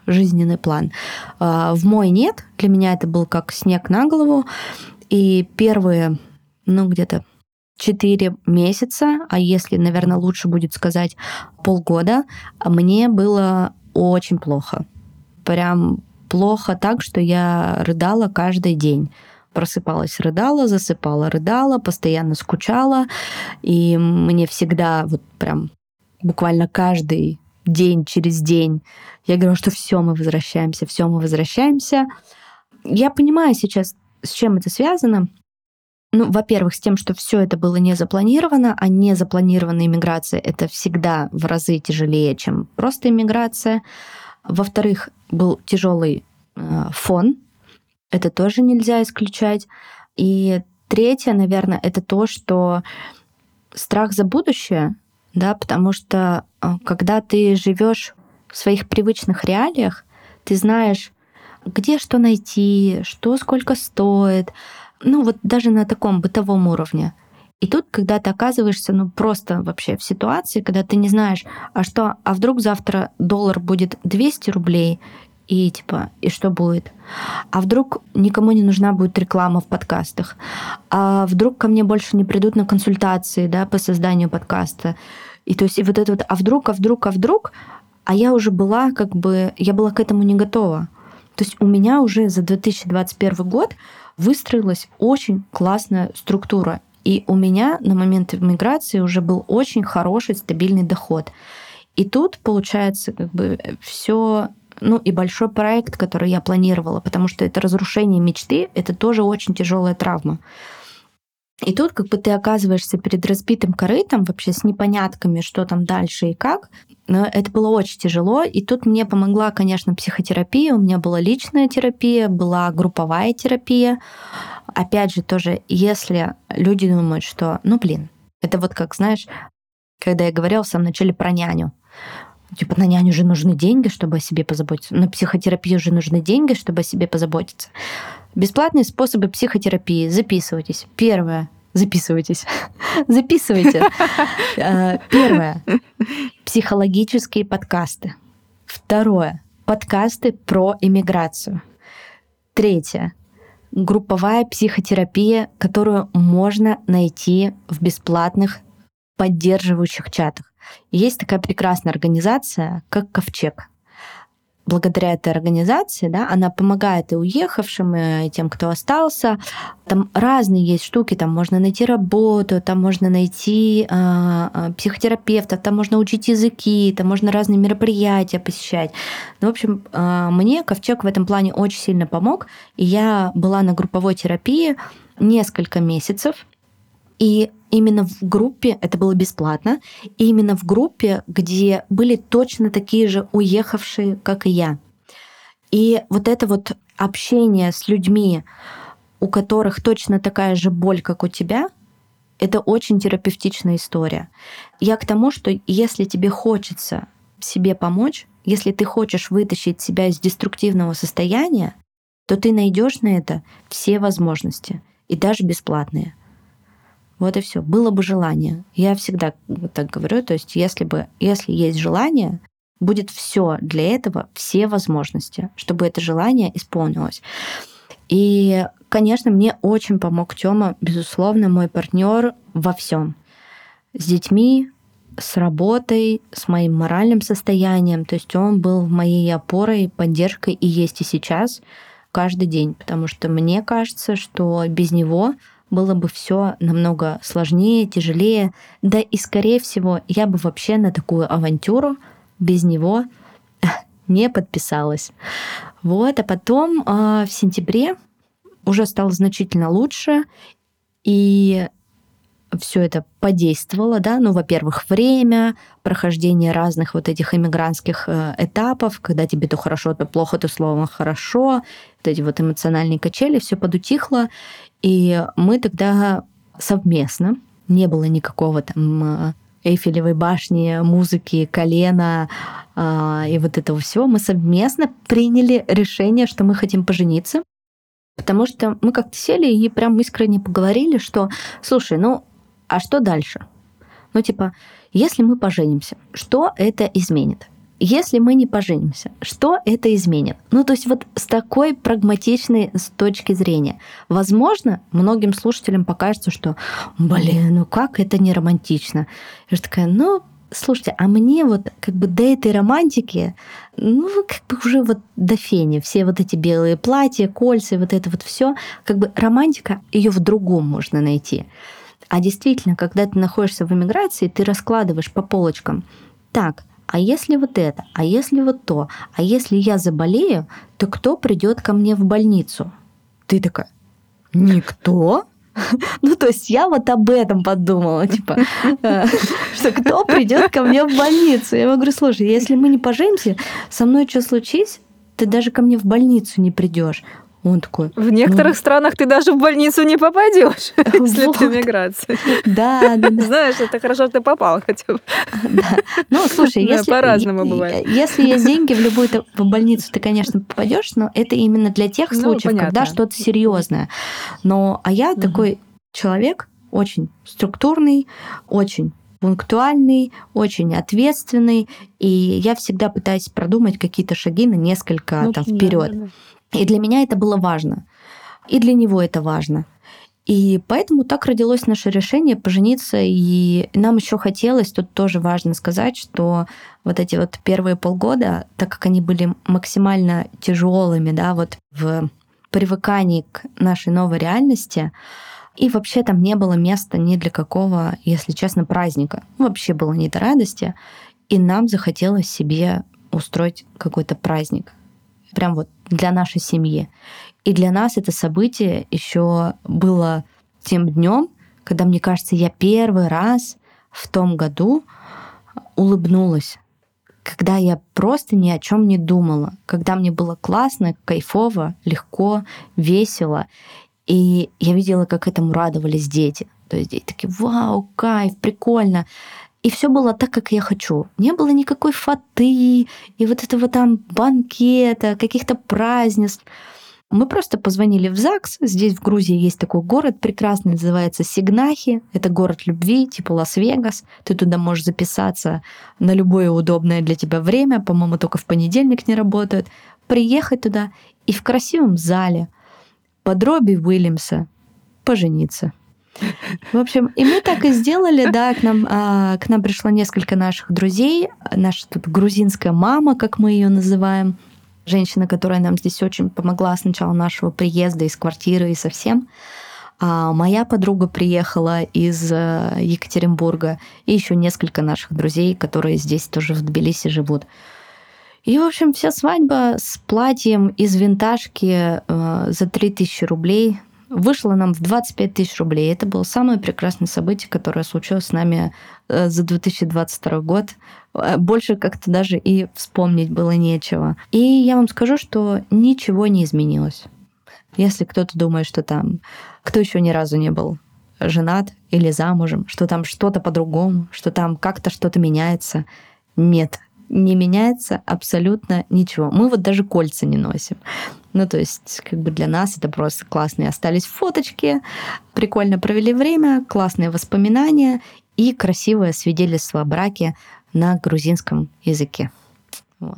жизненный план. В мой нет. Для меня это был как снег на голову. И первые, где-то 4 месяца, а если, наверное, лучше будет сказать полгода, мне было очень плохо. Прям плохо так, что я рыдала каждый день. Просыпалась, рыдала, засыпала, рыдала, постоянно скучала. И мне всегда прям буквально каждый день через день я говорю, что все, мы возвращаемся, все, мы возвращаемся. Я понимаю сейчас, с чем это связано. Во-первых, с тем, что все это было не запланировано, а незапланированная иммиграция — это всегда в разы тяжелее, чем просто иммиграция. Во-вторых, был тяжелый фон, это тоже нельзя исключать. И третье, наверное, это то, что страх за будущее, да, потому что когда ты живешь в своих привычных реалиях, ты знаешь, где что найти, что сколько стоит, даже на таком бытовом уровне. И тут, когда ты оказываешься, просто вообще в ситуации, когда ты не знаешь, а вдруг завтра доллар будет 200 рублей, и что будет? А вдруг никому не нужна будет реклама в подкастах? А вдруг ко мне больше не придут на консультации, да, по созданию подкаста? И то есть и а вдруг, а я уже была я была к этому не готова. То есть у меня уже за 2021 год выстроилась очень классная структура. И у меня на момент иммиграции уже был очень хороший, стабильный доход. И тут получается все, и большой проект, который я планировала, потому что это разрушение мечты, это тоже очень тяжелая травма. И тут ты оказываешься перед разбитым корытом, вообще с непонятками, что там дальше и как. Но это было очень тяжело. И тут мне помогла, конечно, психотерапия. У меня была личная терапия, была групповая терапия. Опять же, тоже, если люди думают, что, это как, знаешь, когда я говорила в самом начале про няню. На няню же нужны деньги, чтобы о себе позаботиться. На психотерапию же нужны деньги, чтобы о себе позаботиться. Бесплатные способы психотерапии. Записывайтесь. Первое. Записывайтесь. Записывайте. Первое. Психологические подкасты. Второе. Подкасты про иммиграцию. Третье. Групповая психотерапия, которую можно найти в бесплатных поддерживающих чатах. Есть такая прекрасная организация, как Ковчег. Благодаря этой организации, да, она помогает и уехавшим, и тем, кто остался. Там разные есть штуки, там можно найти работу, там можно найти психотерапевта, там можно учить языки, там можно разные мероприятия посещать. В общем, мне Ковчег в этом плане очень сильно помог, и я была на групповой терапии несколько месяцев. И именно в группе, это было бесплатно, и именно в группе, где были точно такие же уехавшие, как и я. И это общение с людьми, у которых точно такая же боль, как у тебя, это очень терапевтичная история. Я к тому, что если тебе хочется себе помочь, если ты хочешь вытащить себя из деструктивного состояния, то ты найдешь на это все возможности, и даже бесплатные. Вот и все. Было бы желание. Я всегда так говорю. То есть, если есть желание, будет все для этого, все возможности, чтобы это желание исполнилось. И, конечно, мне очень помог Тёма, безусловно, мой партнер во всем. С детьми, с работой, с моим моральным состоянием. То есть он был моей опорой, поддержкой и есть и сейчас каждый день. Потому что мне кажется, что без него было бы все намного сложнее, тяжелее. Да и, скорее всего, я бы вообще на такую авантюру без него не подписалась. А потом в сентябре уже стало значительно лучше, и все это подействовало, да, во-первых, время, прохождение разных этих иммигрантских этапов, когда тебе то хорошо, то плохо, то словом хорошо, эти эмоциональные качели, все подутихло, и мы тогда совместно, не было никакого там Эйфелевой башни, музыки, колена и этого всего, мы совместно приняли решение, что мы хотим пожениться, потому что мы как-то сели и прям искренне поговорили, что, слушай, а что дальше? Если мы поженимся, что это изменит? если мы не поженимся, что это изменит? Ну, то есть вот с такой прагматичной с точки зрения. Возможно, многим слушателям покажется, что, ну как это не романтично? Я же такая, слушайте, а мне вот как бы до этой романтики, как бы уже вот до фени, все вот эти белые платья, кольца, вот это вот все, как бы романтика, ее в другом можно найти. А действительно, когда ты находишься в эмиграции, ты раскладываешь по полочкам. Так, а если вот это, а если вот то, а если я заболею, то кто придет ко мне в больницу? Ты такая, никто? То есть я вот об этом подумала, что кто придет ко мне в больницу? Я говорю, слушай, если мы не поженимся, со мной что случись, ты даже ко мне в больницу не придешь. Он такой... В некоторых странах ты даже в больницу не попадешь, если ты миграция. Да. Знаешь, это хорошо, что ты попал хотя бы. Да. Слушай, по-разному бывает. Если есть деньги, в любую больницу ты, конечно, попадешь, но это именно для тех случаев, когда что-то серьезное. А я такой человек очень структурный, очень пунктуальный, очень ответственный, и я всегда пытаюсь продумать какие-то шаги на несколько вперед. И для меня это было важно. И для него это важно. И поэтому так родилось наше решение пожениться. И нам еще хотелось, тут тоже важно сказать, что вот эти вот первые полгода, так как они были максимально тяжелыми, да, вот в привыкании к нашей новой реальности, и вообще там не было места ни для какого, если честно, праздника. Вообще было не до радости. И нам захотелось себе устроить какой-то праздник. Прям вот для нашей семьи. И для нас это событие еще было тем днем, когда, мне кажется, я первый раз в том году улыбнулась, когда я просто ни о чем не думала, когда мне было классно, кайфово, легко, весело. И я видела, как этому радовались дети. То есть дети такие, вау, кайф, прикольно. И все было так, как я хочу. Не было никакой фаты и вот этого там банкета, каких-то празднеств. Мы просто позвонили в ЗАГС. Здесь, в Грузии, есть такой город прекрасный, называется Сигнахи. Это город любви, типа Лас-Вегас. Ты туда можешь записаться на любое удобное для тебя время. По-моему, только в понедельник не работают. Приехать туда и в красивом зале под Робби Уильямса пожениться. В общем, и мы так и сделали, да, к нам пришло несколько наших друзей, наша тут грузинская мама, как мы ее называем, женщина, которая нам здесь очень помогла с начала нашего приезда из квартиры и совсем. А моя подруга приехала из Екатеринбурга, и еще несколько наших друзей, которые здесь тоже в Тбилиси живут. И, в общем, вся свадьба с платьем из винтажки за 3000 рублей вышла нам в 25 000 рублей. Это было самое прекрасное событие, которое случилось с нами за 2022 год. Больше как-то даже и вспомнить было нечего. И я вам скажу, что ничего не изменилось. Если кто-то думает, что там... Кто еще ни разу не был женат или замужем, что там что-то по-другому, что там как-то что-то меняется. Нет, не меняется абсолютно ничего. Мы вот даже кольца не носим. То есть, как бы для нас это просто классные остались фоточки, прикольно провели время, классные воспоминания и красивое свидетельство о браке на грузинском языке. Вот.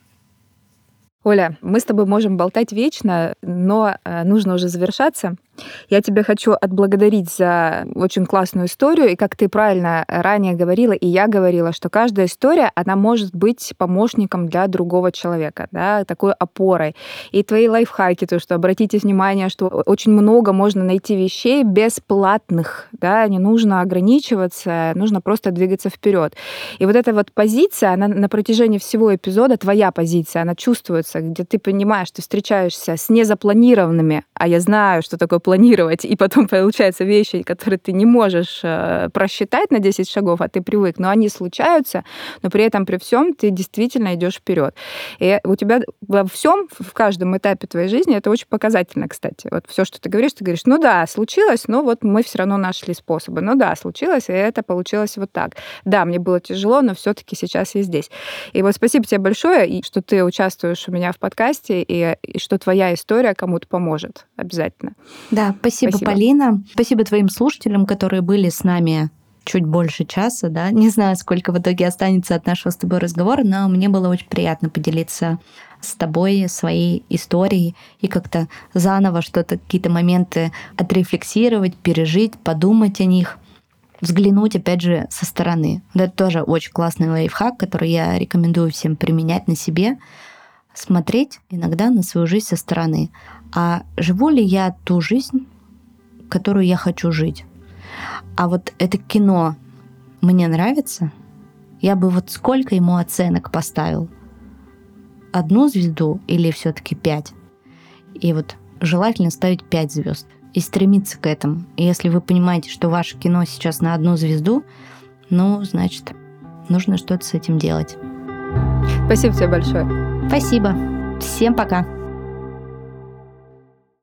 Оля, мы с тобой можем болтать вечно, но нужно уже завершаться. Я тебя хочу отблагодарить за очень классную историю. И как ты правильно ранее говорила, и я говорила, что каждая история, она может быть помощником для другого человека, да, такой опорой. И твои лайфхаки, то, что обратите внимание, что очень много можно найти вещей бесплатных, да, не нужно ограничиваться, нужно просто двигаться вперед. И вот эта вот позиция, она на протяжении всего эпизода, твоя позиция, она чувствуется, где ты понимаешь, ты встречаешься с незапланированными, а я знаю, что такое планировать, и потом получаются вещи, которые ты не можешь просчитать на 10 шагов, а ты привык, но они случаются, но при этом, при всем ты действительно идешь вперед. И у тебя во всем, в каждом этапе твоей жизни, это очень показательно, кстати. Вот все, что ты говоришь, ну да, случилось, но вот мы все равно нашли способы. Ну да, случилось, и это получилось вот так. Да, мне было тяжело, но все-таки сейчас я здесь. И вот спасибо тебе большое, что ты участвуешь у меня в подкасте, и что твоя история кому-то поможет. Обязательно. Да, спасибо, Полина. Спасибо твоим слушателям, которые были с нами чуть больше часа, да. Не знаю, сколько в итоге останется от нашего с тобой разговора, но мне было очень приятно поделиться с тобой своей историей и как-то заново что-то, какие-то моменты отрефлексировать, пережить, подумать о них, взглянуть, опять же, со стороны. Это тоже очень классный лайфхак, который я рекомендую всем применять на себе. Смотреть иногда на свою жизнь со стороны. А живу ли я ту жизнь, которую я хочу жить? А вот это кино мне нравится? Я бы вот сколько ему оценок поставил? 1 звезду или все-таки 5? И вот желательно ставить 5 звезд и стремиться к этому. И если вы понимаете, что ваше кино сейчас на 1 звезду, ну, значит, нужно что-то с этим делать. Спасибо тебе большое. Спасибо. Всем пока.